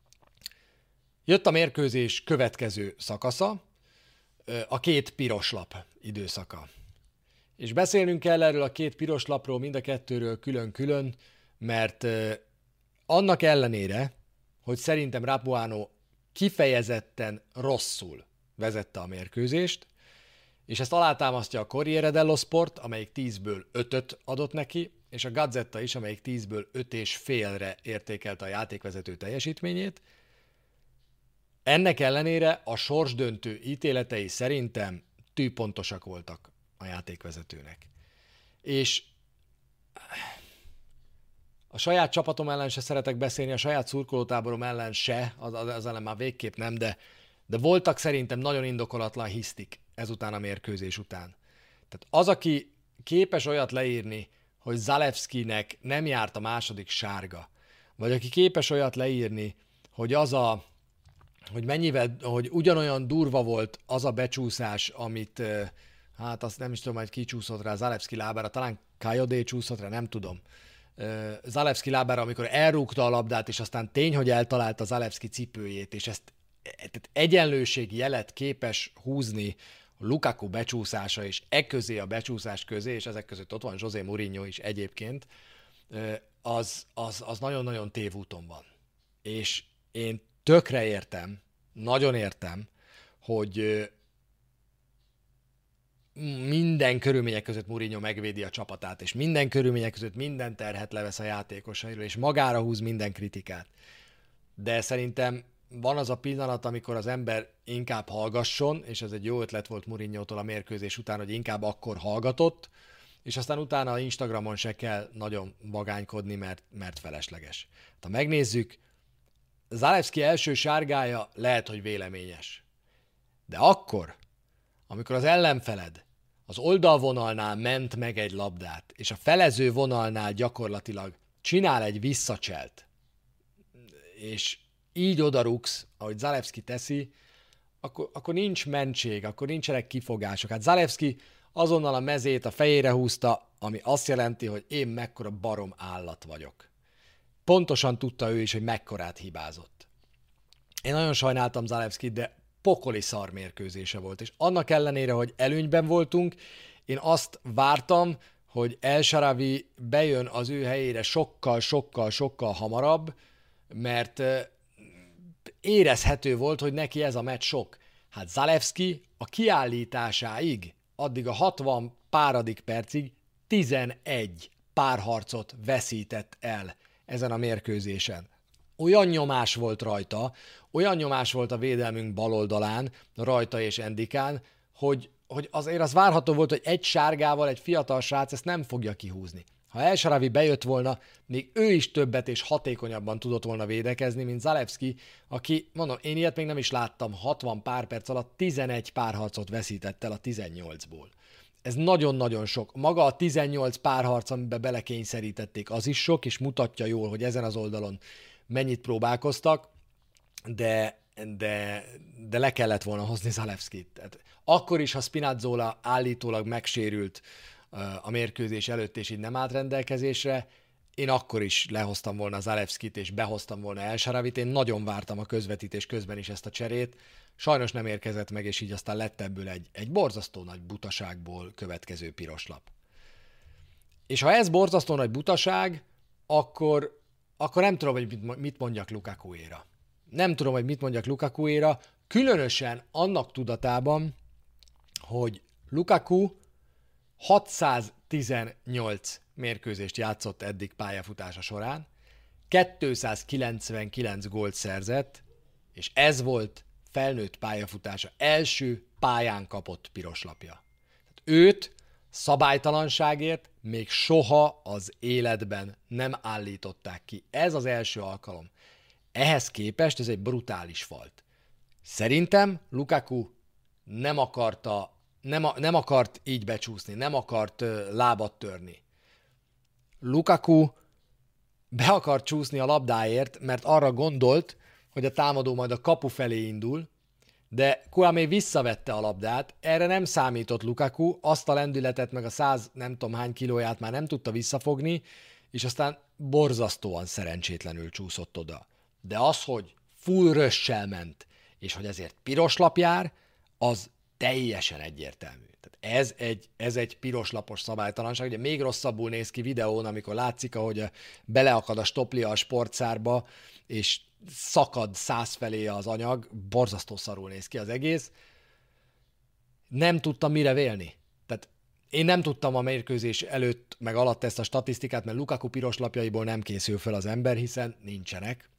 Jött a mérkőzés következő szakasza, a 2 piros lap időszaka. És beszélnünk kell erről a 2 piros lapról, mind a kettőről külön-külön, mert annak ellenére, hogy szerintem Rapuano kifejezetten rosszul vezette a mérkőzést, és ezt alátámasztja a Corriere dello Sport, amelyik 10-ből 5-öt adott neki, és a Gazzetta is, amelyik 10-ből 5,5-re értékelte a játékvezető teljesítményét. Ennek ellenére a sorsdöntő ítéletei szerintem tűpontosak voltak a játékvezetőnek. És a saját csapatom ellen se szeretek beszélni, a saját szurkolótáborom ellen se, az ellen már végképp nem, de voltak szerintem nagyon indokolatlan hisztik ezután a mérkőzés után. Tehát az, aki képes olyat leírni, hogy Zalewskinek nem járt a második sárga, vagy aki képes olyat leírni, hogy hogy ugyanolyan durva volt az a becsúszás, amit, hát azt nem is tudom, hogy ki csúszott rá Zalewski lábára, talán Kajodé csúszott rá, nem tudom. Zalewski lábára, amikor elrúgta a labdát, és aztán tény, hogy eltalálta Zalewski cipőjét, és ezt egyenlőségi jelet képes húzni Lukaku becsúszása, és közé a becsúszás közé, és ezek között ott van José Mourinho is egyébként, az nagyon-nagyon tévúton van. És én tökre értem, nagyon értem, hogy minden körülmények között Mourinho megvédi a csapatát, és minden körülmények között minden terhet levesz a játékosairól, és magára húz minden kritikát. De szerintem van az a pillanat, amikor az ember inkább hallgasson, és ez egy jó ötlet volt Mourinho-tól a mérkőzés után, hogy inkább akkor hallgatott, és aztán utána Instagramon se kell nagyon vagánykodni, mert felesleges. Ha megnézzük, Zalewski első sárgája lehet, hogy véleményes. De akkor, amikor az ellenfeled az oldalvonalnál ment meg egy labdát, és a felező vonalnál gyakorlatilag csinál egy visszacselt, és így odarugsz, ahogy Zalewski teszi, akkor nincs mentség, akkor nincsenek kifogások. Hát Zalewski azonnal a mezét a fejére húzta, ami azt jelenti, hogy én mekkora barom állat vagyok. Pontosan tudta ő is, hogy mekkorát hibázott. Én nagyon sajnáltam Zalewskit, de pokoli szar mérkőzése volt, és annak ellenére, hogy előnyben voltunk, én azt vártam, hogy El Shaarawy bejön az ő helyére sokkal hamarabb, mert érezhető volt, hogy neki ez a meccs sok. Hát Zalewski a kiállításáig, addig a 60 páradik percig 11 párharcot veszített el ezen a mérkőzésen. Olyan nyomás volt rajta, olyan nyomás volt a védelmünk baloldalán, rajta és Endikán, hogy azért az várható volt, hogy egy sárgával egy fiatal srác ezt nem fogja kihúzni. Ha El Shaarawy bejött volna, még ő is többet és hatékonyabban tudott volna védekezni, mint Zalewski, aki, mondom, én ilyet még nem is láttam, 60 pár perc alatt 11 párharcot veszített el a 18-ból. Ez nagyon-nagyon sok. Maga a 18 párharc, amiben belekényszerítették, az is sok, és mutatja jól, hogy ezen az oldalon mennyit próbálkoztak, de le kellett volna hozni Zalewskit. Tehát akkor is, ha Spinazzola állítólag megsérült a mérkőzés előtt, és így nem állt rendelkezésre, én akkor is lehoztam volna Zalewskit, és behoztam volna El Shaarawyt. Én nagyon vártam a közvetítés közben is ezt a cserét. Sajnos nem érkezett meg, és így aztán lett ebből egy borzasztó nagy butaságból következő piros lap. És ha ez borzasztó nagy butaság, akkor nem tudom, hogy mit mondjak Lukakuéra. Nem tudom, hogy mit mondjak Lukakuéra, különösen annak tudatában, hogy Lukaku 618 mérkőzést játszott eddig pályafutása során, 299 gólt szerzett, és ez volt felnőtt pályafutása első pályán kapott piroslapja. Tehát őt szabálytalanságért még soha az életben nem állították ki. Ez az első alkalom. Ehhez képest ez egy brutális falt. Szerintem Lukaku nem akart így becsúszni, nem akart lábat törni. Lukaku be akart csúszni a labdáért, mert arra gondolt, hogy a támadó majd a kapu felé indul, de Kouamé visszavette a labdát, erre nem számított Lukaku, azt a lendületet meg a 100 nem tudom hány kilóját már nem tudta visszafogni, és aztán borzasztóan szerencsétlenül csúszott oda. De az, hogy full rössel ment, és hogy ezért piros lap jár, az teljesen egyértelmű. Tehát ez egy piroslapos szabálytalanság. Ugye még rosszabbul néz ki videón, amikor látszik, ahogy beleakad a stoplia a sportszárba, és szakad 100 felé az anyag, borzasztó szarul néz ki az egész. Nem tudtam mire vélni. Tehát én nem tudtam a mérkőzés előtt meg alatt ezt a statisztikát, mert Lukaku piroslapjaiból nem készül fel az ember, hiszen nincsenek.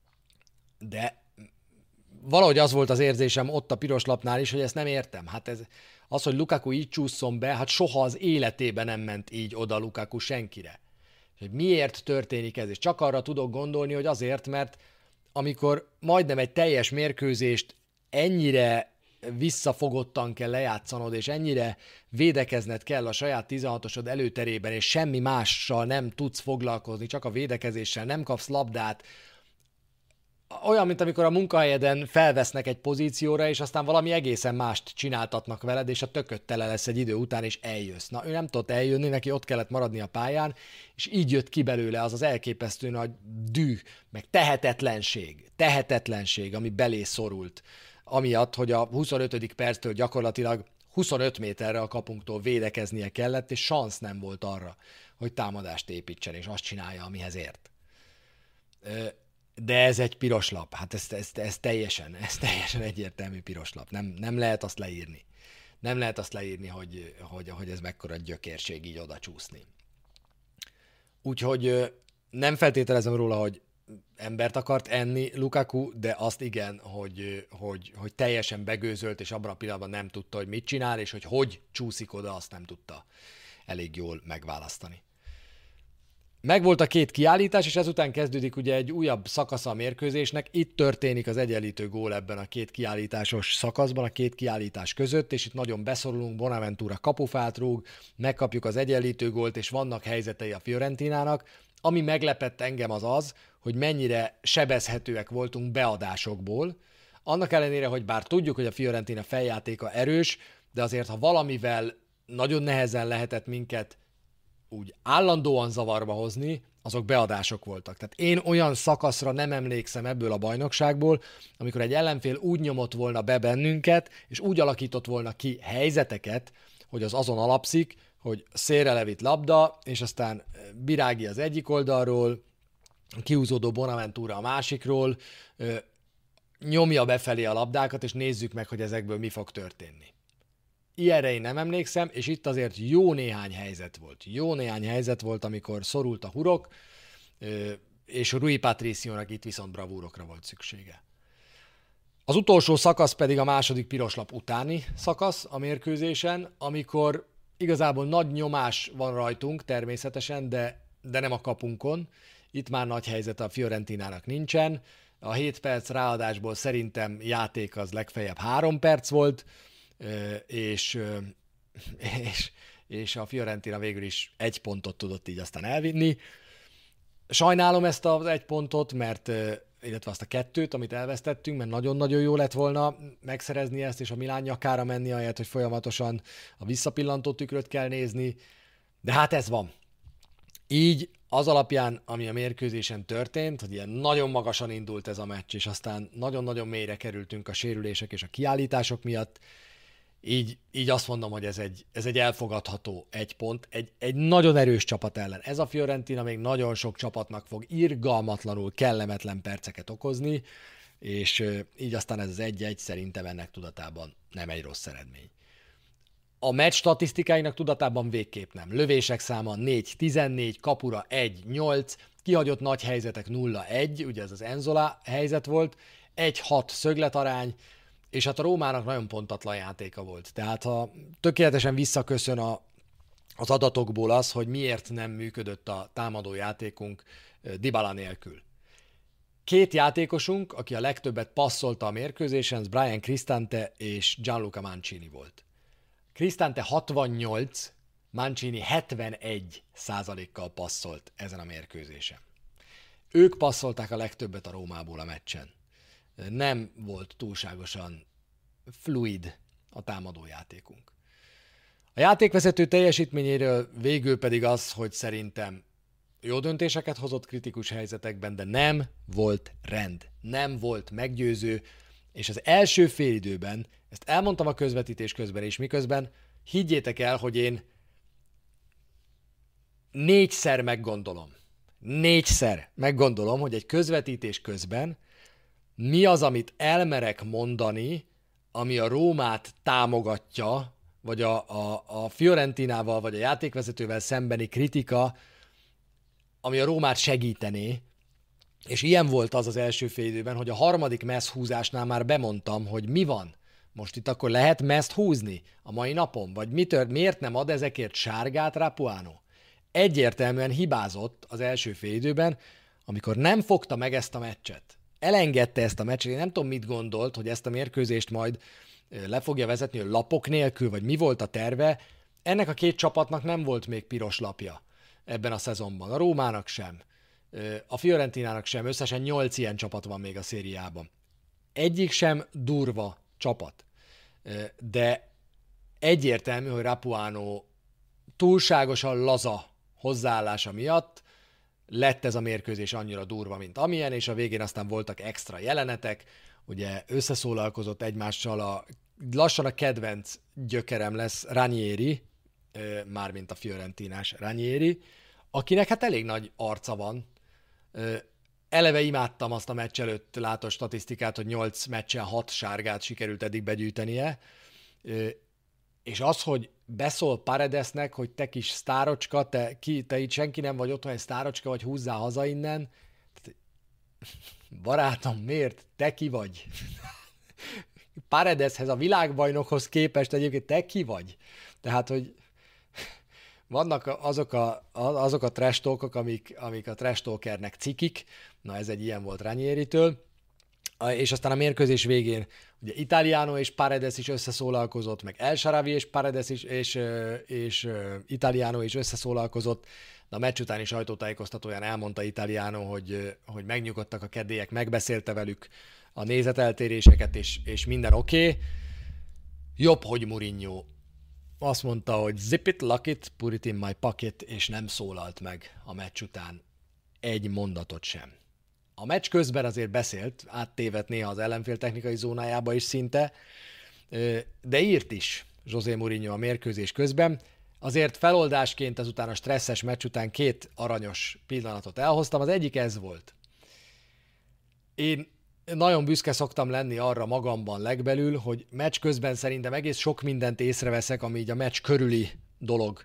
De valahogy az volt az érzésem ott a piroslapnál is, hogy ezt nem értem. Hát az, hogy Lukaku így csúszson be, hát soha az életében nem ment így oda Lukaku senkire. És miért történik ez? És csak arra tudok gondolni, hogy azért, mert amikor majdnem egy teljes mérkőzést ennyire visszafogottan kell lejátszanod, és ennyire védekezned kell a saját 16-osod előterében, és semmi mással nem tudsz foglalkozni, csak a védekezéssel, nem kapsz labdát, olyan, mint amikor a munkahelyeden felvesznek egy pozícióra, és aztán valami egészen mást csináltatnak veled, és a tököd tele lesz egy idő után, és eljössz. Na, ő nem tudott eljönni, neki ott kellett maradni a pályán, és így jött ki belőle az elképesztő nagy düh, meg tehetetlenség, ami belé szorult. Amiatt, hogy a 25. perctől gyakorlatilag 25 méterre a kapunktól védekeznie kellett, és szansz nem volt arra, hogy támadást építsen, és azt csinálja, amihez ért. De ez egy piros lap. Hát ez teljesen egyértelmű piros lap. Nem lehet azt leírni. Nem lehet azt leírni, hogy ez mekkora gyökérség így oda csúszni. Úgyhogy nem feltételezem róla, hogy embert akart enni Lukaku, de azt igen, hogy teljesen begőzölt, és abban a pillanatban nem tudta, hogy mit csinál, és hogy csúszik oda, azt nem tudta elég jól megválasztani. Megvolt a két kiállítás, és ezután kezdődik ugye egy újabb szakasza a mérkőzésnek. Itt történik az egyenlítő gól ebben a két kiállításos szakaszban, a két kiállítás között, és itt nagyon beszorulunk, Bonaventura kapufát rúg, megkapjuk az egyenlítő gólt, és vannak helyzetei a Fiorentinának. Ami meglepett engem az, hogy mennyire sebezhetőek voltunk beadásokból. Annak ellenére, hogy bár tudjuk, hogy a Fiorentina feljátéka erős, de azért, ha valamivel nagyon nehezen lehetett minket úgy állandóan zavarba hozni, azok beadások voltak. Tehát én olyan szakaszra nem emlékszem ebből a bajnokságból, amikor egy ellenfél úgy nyomott volna be bennünket, és úgy alakított volna ki helyzeteket, hogy az azon alapszik, hogy szélre levitt labda, és aztán Birági az egyik oldalról, kihúzódó Bonaventura a másikról, nyomja befelé a labdákat, és nézzük meg, hogy ezekből mi fog történni. Ilyenre én nem emlékszem, és itt azért jó néhány helyzet volt. Jó néhány helyzet volt, amikor szorult a hurok, és Rui Patriciónak itt viszont bravúrokra volt szüksége. Az utolsó szakasz pedig a második piroslap utáni szakasz a mérkőzésen, amikor igazából nagy nyomás van rajtunk természetesen, de nem a kapunkon. Itt már nagy helyzet a Fiorentinának nincsen. A 7 perc ráadásból szerintem játék az legfeljebb 3 perc volt, és a Fiorentina végül is 1 pontot tudott így aztán elvinni. Sajnálom ezt az 1 pontot, illetve azt a 2-t, amit elvesztettünk, mert nagyon-nagyon jó lett volna megszerezni ezt, és a Milán nyakára menni, ahelyett, hogy folyamatosan a visszapillantó tükröt kell nézni. De hát ez van. Így az alapján, ami a mérkőzésen történt, hogy ilyen nagyon magasan indult ez a meccs, és aztán nagyon-nagyon mélyre kerültünk a sérülések és a kiállítások miatt, így azt mondom, hogy ez egy elfogadható 1 pont, egy nagyon erős csapat ellen. Ez a Fiorentina még nagyon sok csapatnak fog irgalmatlanul kellemetlen perceket okozni, és így aztán ez az 1-1 szerintem ennek tudatában nem egy rossz eredmény. A meccs statisztikáinak tudatában végképp nem. Lövések száma 4-14, kapura 1-8, kihagyott nagy helyzetek 0-1, ugye ez az Enzola helyzet volt, 1-6 szögletarány, és hát a Rómának nagyon pontatlan játéka volt. Tehát ha tökéletesen visszaköszön az adatokból az, hogy miért nem működött a támadó játékunk Dybala nélkül. 2 játékosunk, aki a legtöbbet passzolta a mérkőzésen, az Brian Cristante és Gianluca Mancini volt. Cristante 68, Mancini 71%-kal passzolt ezen a mérkőzésen. Ők passzolták a legtöbbet a Rómából a meccsen. Nem volt túlságosan fluid a támadójátékunk. A játékvezető teljesítményéről végül pedig az, hogy szerintem jó döntéseket hozott kritikus helyzetekben, de nem volt rend, nem volt meggyőző, és az első félidőben, ezt elmondtam a közvetítés közben is, miközben higgyétek el, hogy én 4-szer meggondolom, hogy egy közvetítés közben mi az, amit elmerek mondani, ami a Rómát támogatja, vagy a Fiorentinával, vagy a játékvezetővel szembeni kritika, ami a Rómát segítené, és ilyen volt az első félidőben, hogy a harmadik messz húzásnál már bemondtam, hogy mi van. Most itt akkor lehet meszt húzni a mai napon? Vagy miért nem ad ezekért sárgát Rapuano? Egyértelműen hibázott az első félidőben, amikor nem fogta meg ezt a meccset. Elengedte ezt a meccset, én nem tudom, mit gondolt, hogy ezt a mérkőzést majd le fogja vezetni, hogy lapok nélkül, vagy mi volt a terve. Ennek a 2 csapatnak nem volt még piros lapja ebben a szezonban. A Rómának sem, a Fiorentinának sem, összesen 8 ilyen csapat van még a szériában. Egyik sem durva csapat, de egyértelmű, hogy Rapuano túlságosan laza hozzáállása miatt lett ez a mérkőzés annyira durva, mint amilyen, és a végén aztán voltak extra jelenetek, ugye összeszólalkozott egymással a lassan a kedvenc gyökerem lesz Ranieri, mármint a fiorentinás Ranieri, akinek hát elég nagy arca van. Eleve imádtam azt a meccs előtt látott statisztikát, hogy 8 meccsen 6 sárgát sikerült eddig begyűjtenie, és az, hogy beszól Paredesnek, hogy te kis sztárocska, te itt senki nem vagy otthon egy sztárocska, vagy húzzál haza innen. Barátom, miért? Te ki vagy? Paredeshez, a világbajnokhoz képest egyébként te ki vagy? Tehát, hogy vannak azok a trash talkok, amik a trash talkernek cikik, na ez egy ilyen volt Ranieritől, és aztán a mérkőzés végén ugye Italiano és Paredes is összeszólalkozott, meg El Shaarawy és Paredes is, és Italiano is összeszólalkozott, de a meccs utáni sajtótájékoztatóján elmondta Italiano, hogy megnyugodtak a kedélyek, megbeszélte velük a nézeteltéréseket, és minden oké. Jobb, hogy Mourinho azt mondta, hogy zip it, lock it, put it in my pocket, és nem szólalt meg a meccs után egy mondatot sem. A meccs közben azért beszélt, áttévedt néha az ellenfél technikai zónájába is szinte, de írt is José Mourinho a mérkőzés közben. Azért feloldásként azután a stresszes meccs után 2 aranyos pillanatot elhoztam, az egyik ez volt. Én nagyon büszke szoktam lenni arra magamban legbelül, hogy meccs közben szerintem egész sok mindent észreveszek, ami így a meccs körüli dolog.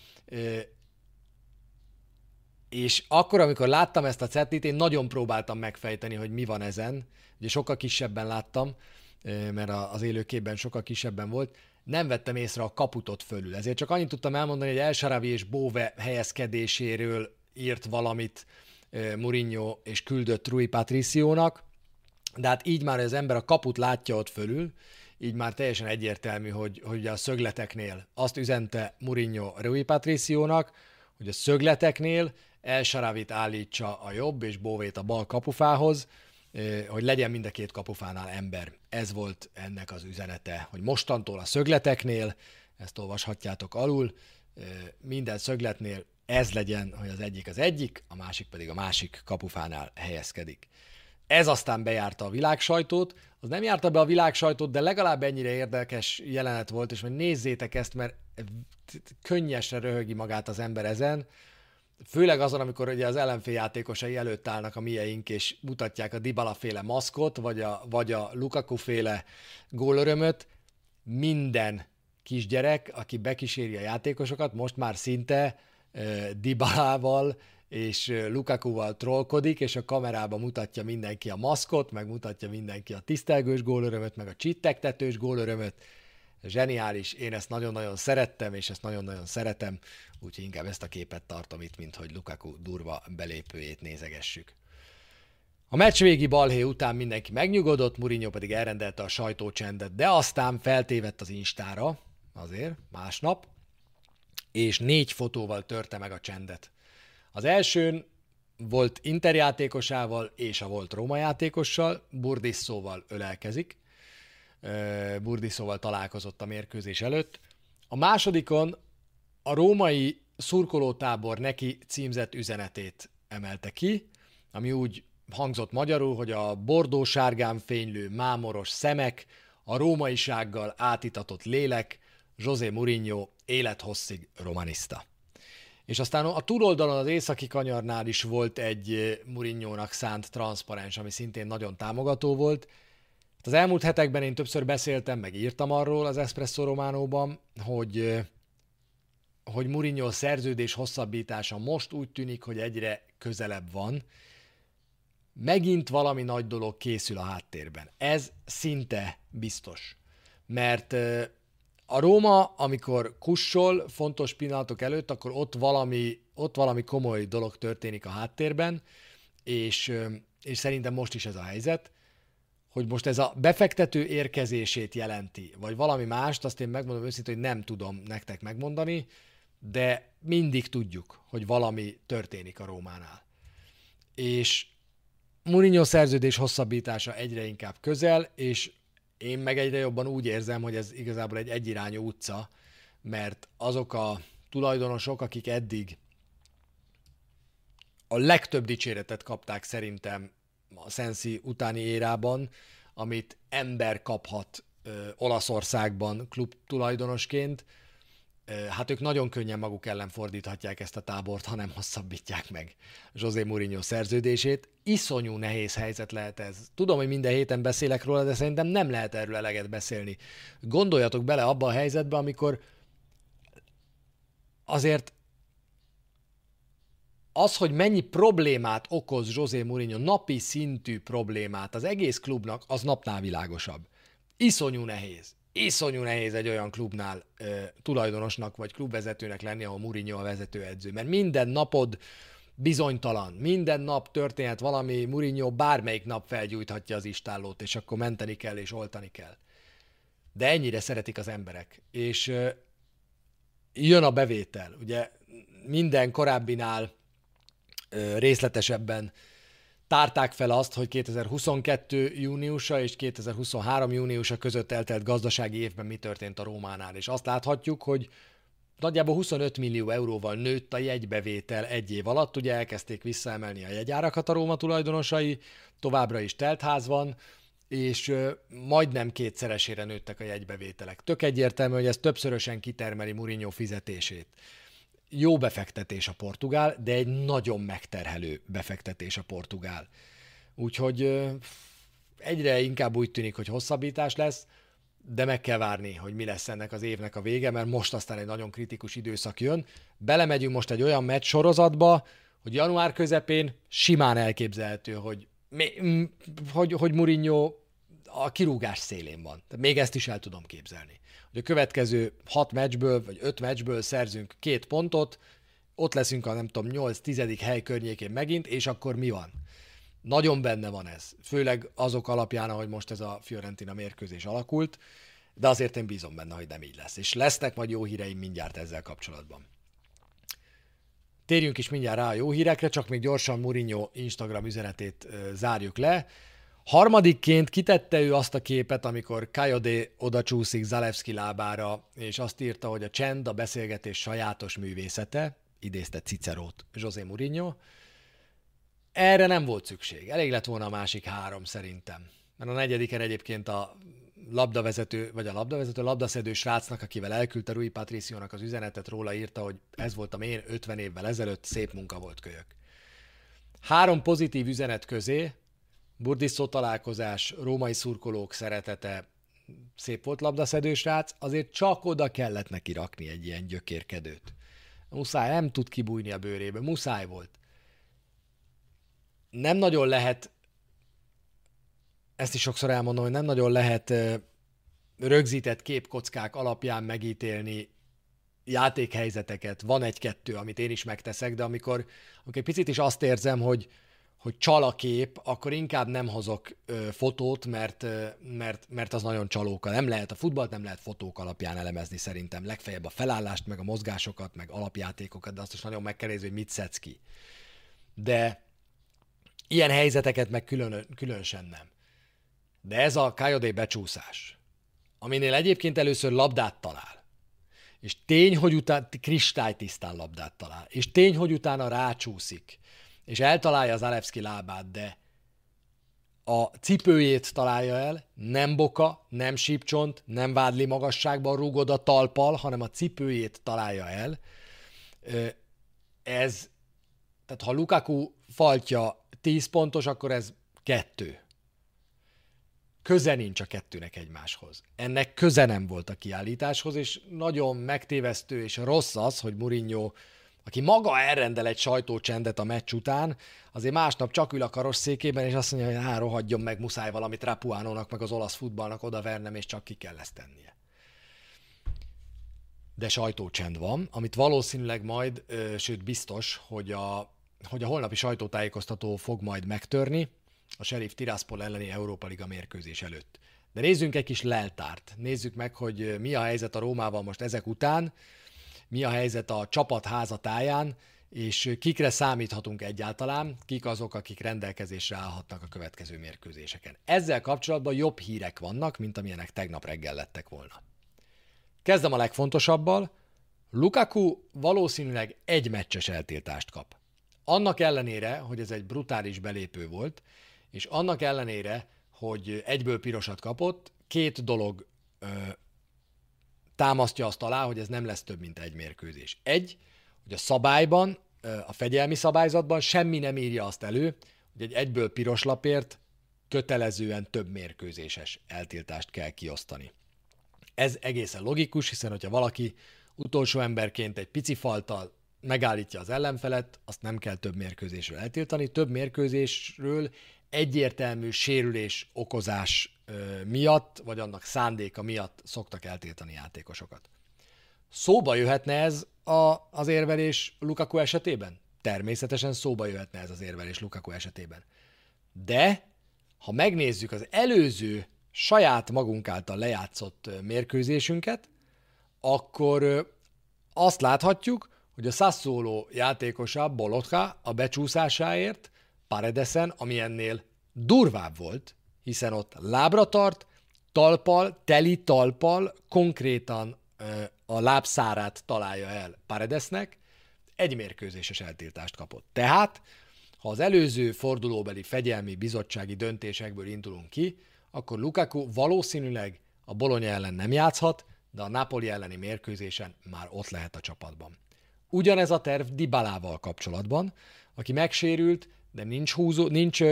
És akkor, amikor láttam ezt a cetlit, én nagyon próbáltam megfejteni, hogy mi van ezen. Ugye sokkal kisebben láttam, mert az élőképben sokkal kisebben volt. Nem vettem észre a kaputot fölül. Ezért csak annyit tudtam elmondani, hogy El Shaarawy és Bove helyezkedéséről írt valamit Mourinho, és küldött Rui Patriciónak. De hát így már az ember a kaput látja ott fölül, így már teljesen egyértelmű, hogy a szögleteknél azt üzente Mourinho Rui Patriciónak, hogy a szögleteknél El Shaarawyt állítsa a jobb és Bovét a bal kapufához, hogy legyen mind a 2 kapufánál ember. Ez volt ennek az üzenete, hogy mostantól a szögleteknél, ezt olvashatjátok alul, minden szögletnél ez legyen, hogy az egyik, a másik pedig a másik kapufánál helyezkedik. Ez aztán bejárta a világsajtót, az nem járta be a világsajtót, de legalább ennyire érdekes jelenet volt, és majd nézzétek ezt, mert könnyesre röhögi magát az ember ezen, főleg azon, amikor ugye az ellenfél játékosai előtt állnak a mieink, és mutatják a Dybala-féle maszkot, vagy a Lukaku-féle gólörömöt, minden kisgyerek, aki bekíséri a játékosokat, most már szinte Dybalával és Lukakuval trollkodik, és a kamerába mutatja mindenki a maszkot, meg mutatja mindenki a tisztelgős gólörömöt, meg a csittegtetős gólörömöt. Zseniális, én ezt nagyon-nagyon szerettem, és ezt nagyon-nagyon szeretem, úgyhogy inkább ezt a képet tartom itt, mint hogy Lukaku durva belépőjét nézegessük. A meccs végi balhé után mindenki megnyugodott, Mourinho pedig elrendelte a sajtócsendet, de aztán feltévedt az Instára, azért, másnap, és 4 fotóval törte meg a csendet. Az elsőn volt Inter játékosával és a volt Róma játékossal, Burdisszóval ölelkezik, Burdisszóval találkozott a mérkőzés előtt. A másodikon a római szurkolótábor neki címzett üzenetét emelte ki, ami úgy hangzott magyarul, hogy a bordó-sárgán fénylő mámoros szemek, a rómaisággal átitatott lélek, José Mourinho élethosszig romanista. És aztán a túloldalon az északi kanyarnál is volt egy Mourinhónak szánt transzparens, ami szintén nagyon támogató volt. Az elmúlt hetekben én többször beszéltem, meg írtam arról az Espresso Románóban, hogy Mourinho szerződés hosszabbítása most úgy tűnik, hogy egyre közelebb van. Megint valami nagy dolog készül a háttérben. Ez szinte biztos. Mert a Róma, amikor kussol fontos pillanatok előtt, akkor ott valami komoly dolog történik a háttérben, és szerintem most is ez a helyzet, hogy most ez a befektető érkezését jelenti, vagy valami mást, azt én megmondom őszintén, hogy nem tudom nektek megmondani, de mindig tudjuk, hogy valami történik a Rómánál. És Mourinho szerződés hosszabbítása egyre inkább közel, és én meg egyre jobban úgy érzem, hogy ez igazából egy egyirányú utca, mert azok a tulajdonosok, akik eddig a legtöbb dicséretet kapták szerintem a Sensi utáni érában, amit ember kaphat Olaszországban klub tulajdonosként, hát ők nagyon könnyen maguk ellen fordíthatják ezt a tábort, ha nem hosszabbítják meg José Mourinho szerződését. Iszonyú nehéz helyzet lehet ez. Tudom, hogy minden héten beszélek róla, de szerintem nem lehet erről eleget beszélni. Gondoljatok bele abba a helyzetbe, amikor azért az, hogy mennyi problémát okoz José Mourinho, napi szintű problémát az egész klubnak, az napnál világosabb. Iszonyú nehéz. Iszonyú nehéz egy olyan klubnál tulajdonosnak vagy klubvezetőnek lenni, ahol Mourinho a vezetőedző. Mert minden napod bizonytalan. Minden nap történhet valami, Mourinho bármelyik nap felgyújthatja az istállót, és akkor menteni kell és oltani kell. De ennyire szeretik az emberek. És jön a bevétel. Ugye minden korábbinál részletesebben tárták fel azt, hogy 2022. júniusa és 2023. júniusa között eltelt gazdasági évben mi történt a Rómánál. És azt láthatjuk, hogy nagyjából 25 millió euróval nőtt a jegybevétel egy év alatt. Ugye elkezdték visszaemelni a jegyárakat a Róma tulajdonosai, továbbra is teltház van, és majdnem kétszeresére nőttek a jegybevételek. Tök egyértelmű, hogy ez többszörösen kitermeli Mourinho fizetését. Jó befektetés a portugál, de egy nagyon megterhelő befektetés a portugál. Úgyhogy egyre inkább úgy tűnik, hogy hosszabbítás lesz, de meg kell várni, hogy mi lesz ennek az évnek a vége, mert most aztán egy nagyon kritikus időszak jön. Belemegyünk most egy olyan meccs sorozatba, hogy január közepén simán elképzelhető, hogy Mourinho a kirúgás szélén van. Tehát még ezt is el tudom képzelni. Hogy a következő 6 meccsből, vagy 5 meccsből szerzünk 2 pontot, ott leszünk a nem tudom 8-10. hely környékén megint, és akkor mi van? Nagyon benne van ez. Főleg azok alapján, ahogy most ez a Fiorentina mérkőzés alakult, de azért én bízom benne, hogy nem így lesz. És lesznek majd jó híreim mindjárt ezzel kapcsolatban. Térjünk is mindjárt rá a jó hírekre, csak még gyorsan Mourinho Instagram üzenetét zárjuk le. Harmadikként kitette ő azt a képet, amikor Kayode oda csúszik Zalewski lábára, és azt írta, hogy a csend a beszélgetés sajátos művészete, idézte Cicerót José Mourinho. Erre nem volt szükség. Elég lett volna a másik 3 szerintem. Mert a negyediken egyébként a labdaszedő srácnak, akivel elküldte Rui Patriciónak az üzenetet, róla írta, hogy ez voltam én 50 évvel ezelőtt, szép munka volt, kölyök. 3 pozitív üzenet közé, Burdisso találkozás, római szurkolók szeretete, szép volt labdaszedő srác, azért csak oda kellett neki rakni egy ilyen gyökérkedőt. Muszáj, nem tud kibújni a bőrébe, muszáj volt. Nem nagyon lehet, ezt is sokszor elmondom, hogy nem nagyon lehet rögzített képkockák alapján megítélni játékhelyzeteket. Van 1-2, amit én is megteszek, de amikor egy picit is azt érzem, hogy csal a kép, akkor inkább nem hozok fotót, mert az nagyon csalóka. Nem lehet, a futballt nem lehet fotók alapján elemezni szerintem. Legfeljebb a felállást, meg a mozgásokat, meg alapjátékokat, de azt is nagyon meg kell nézni, hogy mit szedsz ki. De ilyen helyzeteket meg különösen nem. De ez a Kayode becsúszás, aminél egyébként először labdát talál, és tény, hogy utána kristálytisztán labdát talál, és tény, hogy utána rácsúszik, és eltalálja az Zalewski lábát, de a cipőjét találja el, nem boka, nem sípcsont, nem vádli magasságban rúgod a talppal, hanem a cipőjét találja el. Tehát ha Lukaku faltja 10 pontos, akkor ez 2. Köze nincs a 2-nek egymáshoz. Ennek köze nem volt a kiállításhoz, és nagyon megtévesztő és rossz az, hogy Mourinho, aki maga elrendel egy sajtócsendet a meccs után, azért másnap csak ül a karosszékében, és azt mondja, hogy rohadjon meg, muszáj valamit Rapuanónak, meg az olasz futballnak odavernem, és csak ki kell ezt tennie. De sajtócsend van, amit valószínűleg majd, sőt biztos, hogy a holnapi sajtótájékoztató fog majd megtörni a Sheriff Tiraspol elleni Európa Liga mérkőzés előtt. De nézzünk egy kis leltárt. Nézzük meg, hogy mi a helyzet a Rómával most ezek után, mi a helyzet a csapat házatáján, és kikre számíthatunk egyáltalán, kik azok, akik rendelkezésre állhatnak a következő mérkőzéseken. Ezzel kapcsolatban jobb hírek vannak, mint amilyenek tegnap reggel lettek volna. Kezdem a legfontosabbal. Lukaku valószínűleg 1 meccses eltiltást kap. Annak ellenére, hogy ez egy brutális belépő volt, és annak ellenére, hogy egyből pirosat kapott, 2 dolog támasztja azt alá, hogy ez nem lesz több, mint egy mérkőzés. Hogy a szabályban, a fegyelmi szabályzatban semmi nem írja azt elő, hogy egy egyből piros lapért kötelezően több mérkőzéses eltiltást kell kiosztani. Ez egészen logikus, hiszen hogyha valaki utolsó emberként egy pici falttal megállítja az ellenfelet, azt nem kell több mérkőzésről eltiltani. Több mérkőzésről egyértelmű sérülés okozás miatt, vagy annak szándéka miatt szoktak eltiltani játékosokat. Szóba jöhetne ez az érvelés Lukaku esetében? Természetesen szóba jöhetne ez az érvelés Lukaku esetében. De ha megnézzük az előző saját magunk által lejátszott mérkőzésünket, akkor azt láthatjuk, hogy a Sassuolo játékosa Bolotka a becsúszásáért Paredesen, ami ennél durvább volt, hiszen ott lábra tart, teli talppal konkrétan a lábszárát találja el Paredesnek, egy mérkőzéses eltiltást kapott. Tehát, ha az előző fordulóbeli fegyelmi bizottsági döntésekből indulunk ki, akkor Lukaku valószínűleg a Bologna ellen nem játszhat, de a Napoli elleni mérkőzésen már ott lehet a csapatban. Ugyanez a terv Dybalával kapcsolatban, aki megsérült, de nincs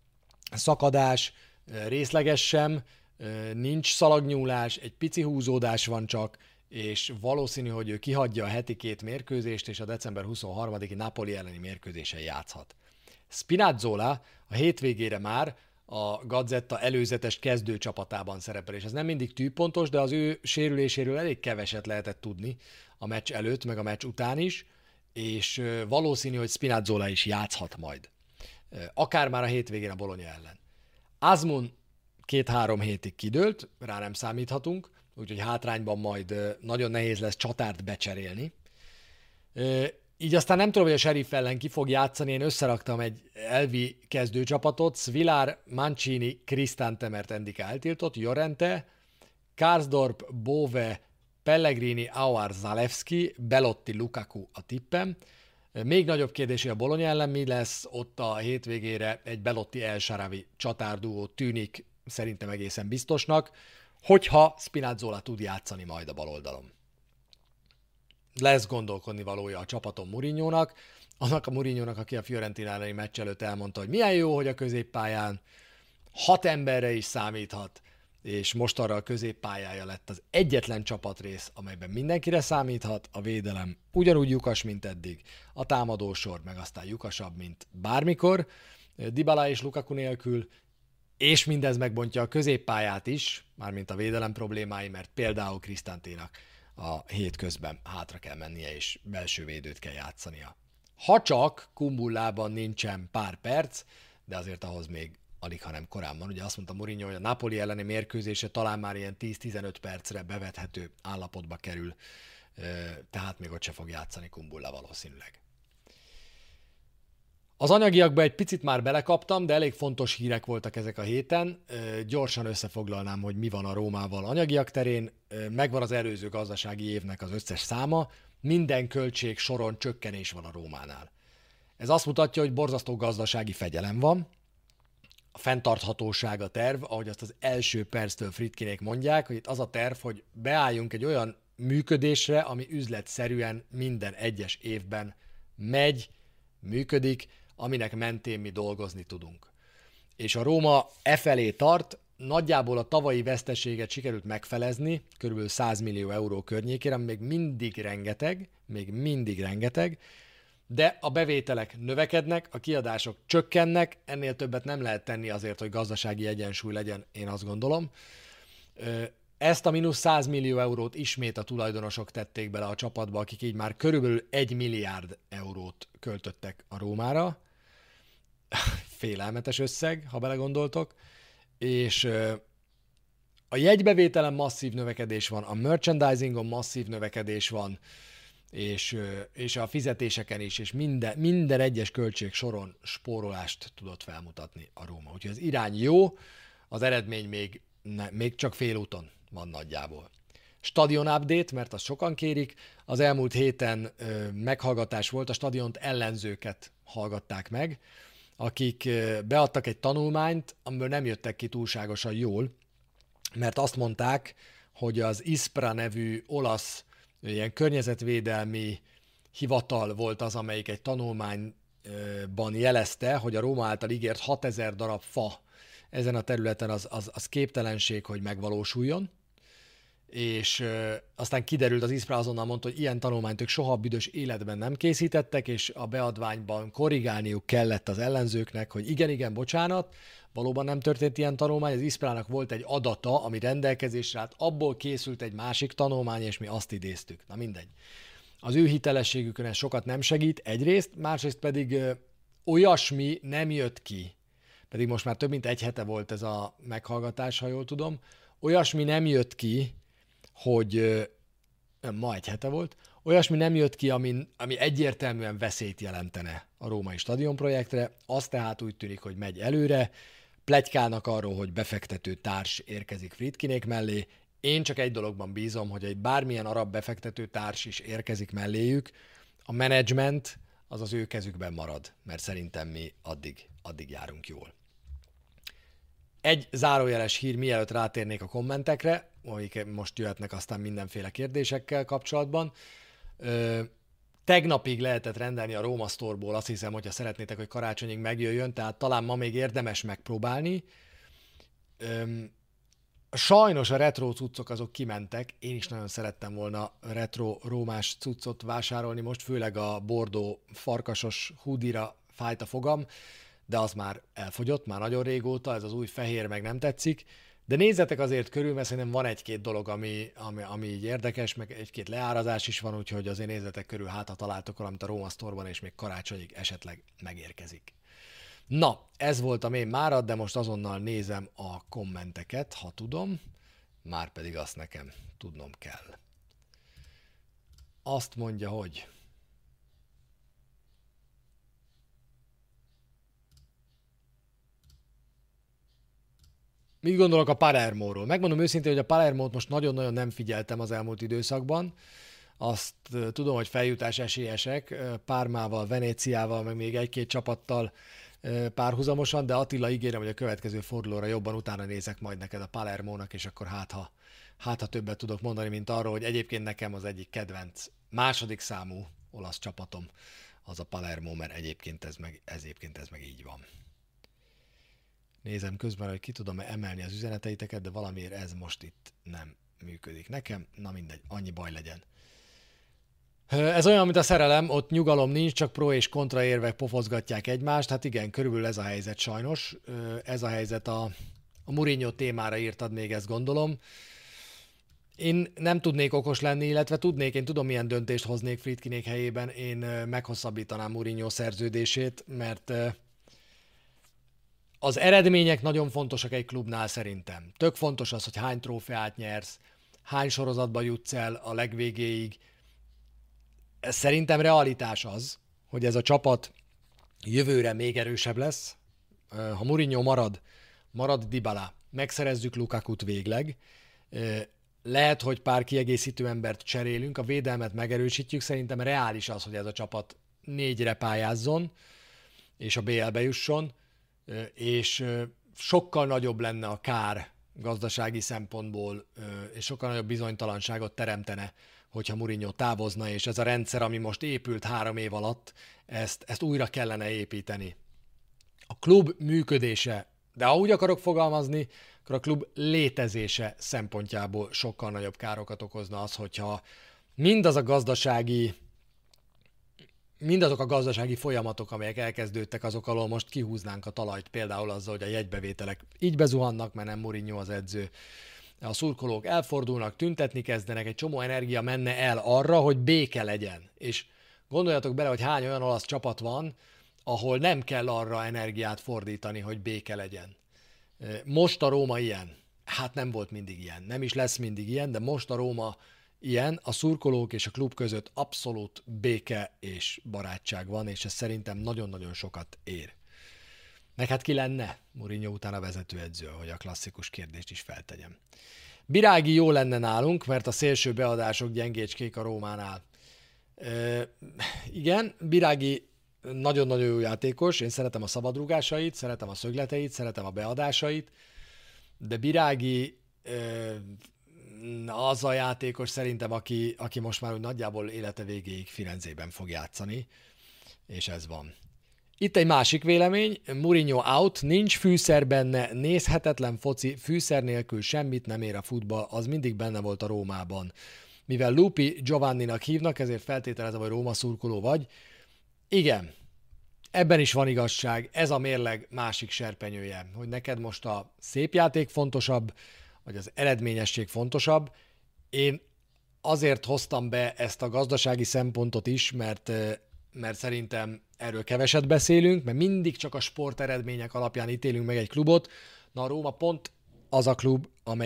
szakadás, részleges sem, nincs szalagnyúlás, egy pici húzódás van csak, és valószínű, hogy ő kihagyja a heti 2 mérkőzést, és a december 23-i Napoli elleni mérkőzésen játszhat. Spinazzola a hétvégére már a Gazzetta előzetes kezdőcsapatában szerepel, és ez nem mindig tűpontos, de az ő sérüléséről elég keveset lehetett tudni a meccs előtt, meg a meccs után is, és valószínű, hogy Spinazzola is játszhat majd. Akár már a hétvégén a Bologna ellen. Azmoun 2-3 hétig kidőlt, rá nem számíthatunk, úgyhogy hátrányban majd nagyon nehéz lesz csatárt becserélni. Így aztán nem tudom, hogy a Sheriff ellen ki fog játszani, én összeraktam egy elvi kezdőcsapatot, Svilar, Mancini, Cristante, mert Endika eltiltott, Llorente, Karsdorp, Bove, Pellegrini, Aouar, Zalewski, Belotti, Lukaku a tippem. Még nagyobb kérdés, hogy a Bologna ellen mi lesz, ott a hétvégére egy Belotti El Shaarawy csatárduó tűnik szerintem egészen biztosnak, hogyha Spinazzola tud játszani majd a baloldalon. Lesz gondolkodni valója a csapaton Mourinhónak, annak a Mourinhónak, aki a Fiorentina elleni meccs előtt elmondta, hogy milyen jó, hogy a középpályán 6 emberre is számíthat, és most arra a középpályája lett az egyetlen csapatrész, amelyben mindenkire számíthat, a védelem ugyanúgy lyukas, mint eddig, a támadósor meg aztán lyukasabb, mint bármikor, Dybala és Lukaku nélkül, és mindez megbontja a középpályát is, mármint a védelem problémái, mert például Cristanténak a hét közben hátra kell mennie, és belső védőt kell játszania. Ha csak Kumbullában nincsen pár perc, de azért ahhoz még alig, hanem korán van. Ugye azt mondta Mourinho, hogy a Napoli elleni mérkőzése talán már ilyen 10-15 percre bevethető állapotba kerül, tehát még ott se fog játszani Kumbulla valószínűleg. Az anyagiakba egy picit már belekaptam, de elég fontos hírek voltak ezek a héten. Gyorsan összefoglalnám, hogy mi van a Rómával anyagiak terén. Megvan az előző gazdasági évnek az összes száma, minden költség soron csökkenés van a Rómánál. Ez azt mutatja, hogy borzasztó gazdasági fegyelem van. A fenntarthatóság a terv, ahogy azt az első perctől Friedkinék mondják, hogy itt az a terv, hogy beálljunk egy olyan működésre, ami üzletszerűen minden egyes évben megy, működik, aminek mentén mi dolgozni tudunk. És a Róma felé tart, nagyjából a tavalyi veszteséget sikerült megfelezni, kb. 100 millió euró környékére, még mindig rengeteg, de a bevételek növekednek, a kiadások csökkennek, ennél többet nem lehet tenni azért, hogy gazdasági egyensúly legyen, én azt gondolom. Ezt a mínusz 100 millió eurót ismét a tulajdonosok tették bele a csapatba, akik így már körülbelül 1 milliárd eurót költöttek a Rómára. Félelmetes összeg, ha belegondoltok. És a jegybevételen masszív növekedés van, a merchandisingon masszív növekedés van, és a fizetéseken is, és minden egyes költség soron spórolást tudott felmutatni a Róma. Úgyhogy az irány jó, az eredmény még csak félúton van nagyjából. Stadion update, mert azt sokan kérik. Az elmúlt héten meghallgatás volt, a stadiont ellenzőket hallgatták meg, akik beadtak egy tanulmányt, amiből nem jöttek ki túlságosan jól, mert azt mondták, hogy az ISPRA nevű olasz ilyen környezetvédelmi hivatal volt az, amelyik egy tanulmányban jelezte, hogy a Róma által ígért 6000 darab fa ezen a területen az képtelenség, hogy megvalósuljon. És aztán kiderült, az ISPRA azonnal mondta, hogy ilyen tanulmányt ők soha büdös életben nem készítettek, és a beadványban korrigálniuk kellett az ellenzőknek, hogy igen, bocsánat, valóban nem történt ilyen tanulmány, az ISPRA-nak volt egy adata, ami rendelkezésre állt, abból készült egy másik tanulmány, és mi azt idéztük. Na mindegy. Az ő hitelességükön ez sokat nem segít, egyrészt, másrészt pedig olyasmi nem jött ki, pedig most már több mint egy hete volt ez a meghallgatás, ha jól tudom, olyasmi nem jött ki, hogy ma egy hete volt, olyasmi nem jött ki, ami egyértelműen veszélyt jelentene a római stadionprojektre, az tehát úgy tűnik, hogy megy előre, pletykálnak arról, hogy befektető társ érkezik Friedkinék mellé, én csak egy dologban bízom, hogy egy bármilyen arab befektető társ is érkezik melléjük, a menedzsment az az ő kezükben marad, mert szerintem mi addig járunk jól. Egy zárójeles hír, mielőtt rátérnék a kommentekre, amik most jöhetnek aztán mindenféle kérdésekkel kapcsolatban. Tegnapig lehetett rendelni a Roma Store-ból, azt hiszem, hogyha szeretnétek, hogy karácsonyig megjöjjön, tehát talán ma még érdemes megpróbálni. Sajnos a retro cuccok azok kimentek, én is nagyon szerettem volna retro rómás cuccot vásárolni, most főleg a bordó farkasos hoodie-ra fájt a fogam, de az már elfogyott, már nagyon régóta, ez az új fehér meg nem tetszik, de nézzetek azért körül, mert szerintem van egy-két dolog, ami így érdekes, meg egy-két leárazás is van, úgyhogy azért nézzetek körül, hát ha találtok valamit a Roma Store-ban, és még karácsonyig esetleg megérkezik. Na, ez voltam én mára, de most azonnal nézem a kommenteket, ha tudom, már pedig azt nekem tudnom kell. Azt mondja, hogy... Mit gondolok a Palermóról? Megmondom őszintén, hogy a Palermót most nagyon-nagyon nem figyeltem az elmúlt időszakban. Azt tudom, hogy feljutás esélyesek, Parmával, Venéciával, meg még egy-két csapattal párhuzamosan, de Attila, ígérem, hogy a következő fordulóra jobban utána nézek majd neked a Palermónak, és akkor hát ha többet tudok mondani, mint arról, hogy egyébként nekem az egyik kedvenc, második számú olasz csapatom az a Palermo, mert egyébként ez meg így van. Nézem közben, hogy ki tudom emelni az üzeneteiteket, de valamiért ez most itt nem működik nekem. Na mindegy, annyi baj legyen. Ez olyan, mint a szerelem, ott nyugalom nincs, csak pro és kontra érvek pofozgatják egymást. Hát igen, körülbelül ez a helyzet sajnos. Ez a helyzet a Mourinho témára írtad még, ezt gondolom. Én nem tudnék okos lenni, illetve én tudom, milyen döntést hoznék Friedkinék helyében. Én meghosszabbítanám Mourinho szerződését, mert az eredmények nagyon fontosak egy klubnál szerintem. Tök fontos az, hogy hány trófeát nyersz, hány sorozatba jutsz el a legvégéig. Ez szerintem realitás az, hogy ez a csapat jövőre még erősebb lesz. Ha Mourinho marad Dybala, megszerezzük Lukakut végleg, lehet, hogy pár kiegészítő embert cserélünk, a védelmet megerősítjük, szerintem reális az, hogy ez a csapat 4-re pályázzon, és a BL-be jusson, és sokkal nagyobb lenne a kár gazdasági szempontból, és sokkal nagyobb bizonytalanságot teremtene, hogyha Mourinho távozna, és ez a rendszer, ami most épült 3 év alatt, ezt újra kellene építeni. A klub működése, de ha úgy akarok fogalmazni, akkor a klub létezése szempontjából sokkal nagyobb károkat okozna az, hogyha mindazok a gazdasági folyamatok, amelyek elkezdődtek, azok alól most kihúznánk a talajt, például azzal, hogy a jegybevételek így bezuhannak, mert nem Mourinho az edző. A szurkolók elfordulnak, tüntetni kezdenek, egy csomó energia menne el arra, hogy béke legyen. És gondoljatok bele, hogy hány olyan olasz csapat van, ahol nem kell arra energiát fordítani, hogy béke legyen. Most a Róma ilyen. Hát nem volt mindig ilyen. Nem is lesz mindig ilyen, de most a Róma ilyen. A szurkolók és a klub között abszolút béke és barátság van, és ez szerintem nagyon-nagyon sokat ér. Meg hát ki lenne Mourinho után a vezetőedző, hogy a klasszikus kérdést is feltegyem. Birági jó lenne nálunk, mert a szélső beadások gyengécskék a Rómánál. Igen, Birági nagyon-nagyon jó játékos, én szeretem a szabadrúgásait, szeretem a szögleteit, szeretem a beadásait, de Birági az a játékos szerintem, aki most már úgy nagyjából élete végéig Firenzében fog játszani, és ez van. Itt egy másik vélemény, Mourinho out, nincs fűszer benne, nézhetetlen foci, fűszer nélkül semmit nem ér a futball, az mindig benne volt a Rómában. Mivel Lupi Giovanninak hívnak, ezért feltételezem, hogy Róma szurkoló vagy. Igen, ebben is van igazság, ez a mérleg másik serpenyője, hogy neked most a szép játék fontosabb, vagy az eredményesség fontosabb. Én azért hoztam be ezt a gazdasági szempontot is, mert szerintem erről keveset beszélünk, mert mindig csak a sport eredmények alapján ítélünk meg egy klubot. Na a Róma pont az a klub,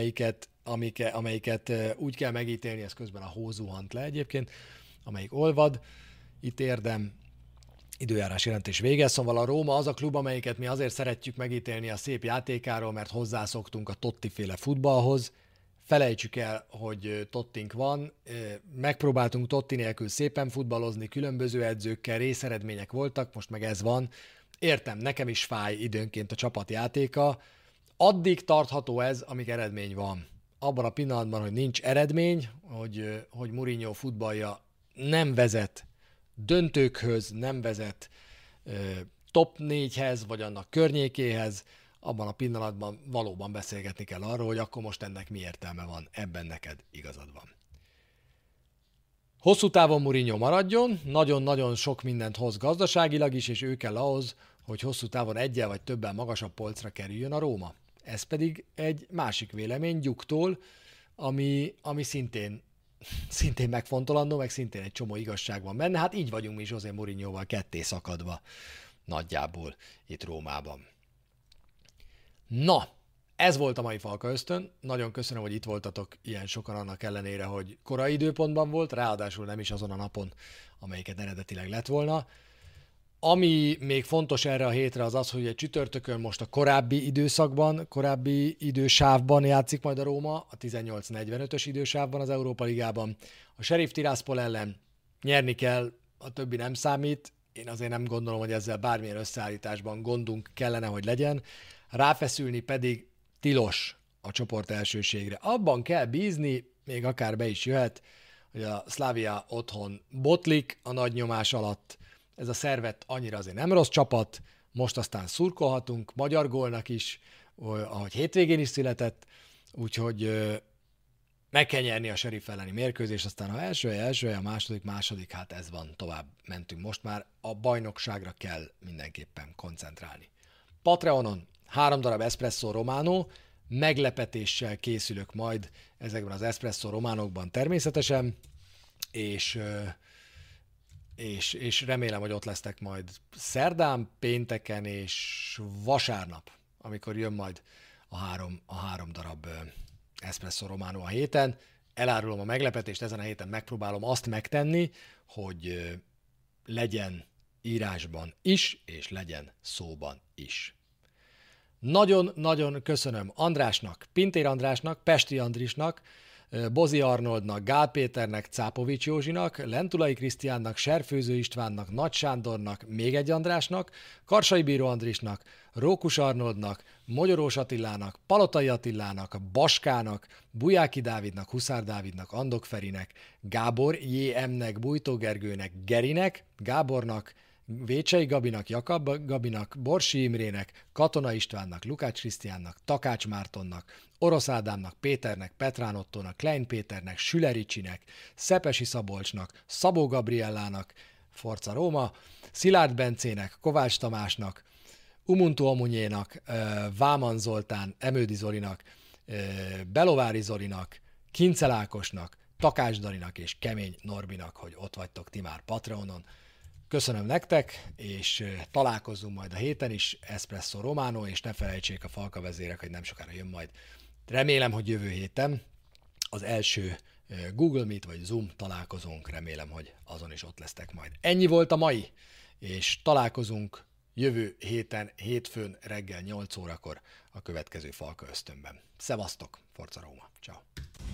amelyiket úgy kell megítélni, ez közben a hó zuhant le egyébként, amelyik olvad, itt érdem, időjárás jelentés vége, szóval a Róma az a klub, amelyiket mi azért szeretjük megítélni a szép játékáról, mert hozzászoktunk a Totti-féle futballhoz. Felejtsük el, hogy Tottink van, megpróbáltunk Totti nélkül szépen futballozni, különböző edzőkkel, részeredmények voltak, most meg ez van. Értem, nekem is fáj időnként a csapatjátéka. Addig tartható ez, amíg eredmény van. Abban a pillanatban, hogy nincs eredmény, hogy Mourinho futballja nem vezet döntőkhöz, nem vezet top 4-hez, vagy annak környékéhez, abban a pillanatban valóban beszélgetni kell arról, hogy akkor most ennek mi értelme van, ebben neked igazad van. Hosszú távon Mourinho maradjon, nagyon-nagyon sok mindent hoz gazdaságilag is, és ő kell ahhoz, hogy hosszú távon egyel vagy többen magasabb polcra kerüljön a Róma. Ez pedig egy másik vélemény Gyuktól, ami szintén megfontolandó, meg szintén egy csomó igazság van benne. Hát így vagyunk mi José Mourinhoval ketté szakadva nagyjából itt Rómában. Na, ez volt a mai Falka Ösztön. Nagyon köszönöm, hogy itt voltatok ilyen sokan annak ellenére, hogy korai időpontban volt, ráadásul nem is azon a napon, amelyiket eredetileg lett volna. Ami még fontos erre a hétre az az, hogy egy csütörtökön most a korábbi időszakban, korábbi idősávban játszik majd a Róma, a 18-45-ös idősávban az Európa Ligában. A Sheriff Tiraspol ellen nyerni kell, a többi nem számít. Én azért nem gondolom, hogy ezzel bármilyen összeállításban gondunk kellene, hogy legyen. Ráfeszülni pedig tilos a csoport elsőségre. Abban kell bízni, még akár be is jöhet, hogy a Slavia otthon botlik a nagy nyomás alatt. Ez a Servette annyira azért nem rossz csapat, most aztán szurkolhatunk magyar gólnak is, ahogy hétvégén is született, úgyhogy meg kell nyerni a Sheriff elleni mérkőzést, aztán ha első hely, a második, hát ez van, tovább mentünk. Most már a bajnokságra kell mindenképpen koncentrálni. Patreonon 3 darab Espresso Romano, meglepetéssel készülök majd ezekben az Espresso Románokban természetesen, és remélem, hogy ott lesztek majd szerdán, pénteken és vasárnap, amikor jön majd a három darab Espresso Romano a héten. Elárulom a meglepetést, ezen a héten megpróbálom azt megtenni, hogy legyen írásban is, és legyen szóban is. Nagyon-nagyon köszönöm Andrásnak, Pintér Andrásnak, Pesti Andrisnak, Bozi Arnoldnak, Gál Péternek, Cápovics Józsinak, Lentulai Krisztiánnak, Serfőző Istvánnak, Nagy Sándornak, még egy Andrásnak, Karsai Bíró Andrisnak, Rókus Arnoldnak, Mogyorós Attilának, Palotai Attilának, Baskának, Bujáki Dávidnak, Huszár Dávidnak, Andok Ferinek, Gábor J.M.nek, Bújtó Gergőnek, Gerinek, Gábornak, Vécsei Gabinak, Jakab Gabinak, Borsi Imrének, Katona Istvánnak, Lukács Krisztiánnak, Takács Mártonnak, Orosz Ádámnak, Péternek, Petrán Ottónak, Klein Péternek, Sülericsinek, Szepesi Szabolcsnak, Szabó Gabriellának, Forza Róma, Szilárd Bencének, Kovács Tamásnak, Umuntu Amunyénak, Váman Zoltán, Emődi Zolinak, Belovári Zolinak, Kincel Ákosnak, Takács Daninak és Kemény Norbinak, hogy ott vagytok ti már Patreonon. Köszönöm nektek, és találkozzunk majd a héten is, Espresso Romano, és ne felejtsék a Falka vezérek, hogy nem sokára jön majd. Remélem, hogy jövő héten az első Google Meet vagy Zoom találkozónk, remélem, hogy azon is ott lesztek majd. Ennyi volt a mai, és találkozunk jövő héten, hétfőn reggel 8 órakor a következő Falka Ösztönben. Szevasztok, Forza Róma! Ciao.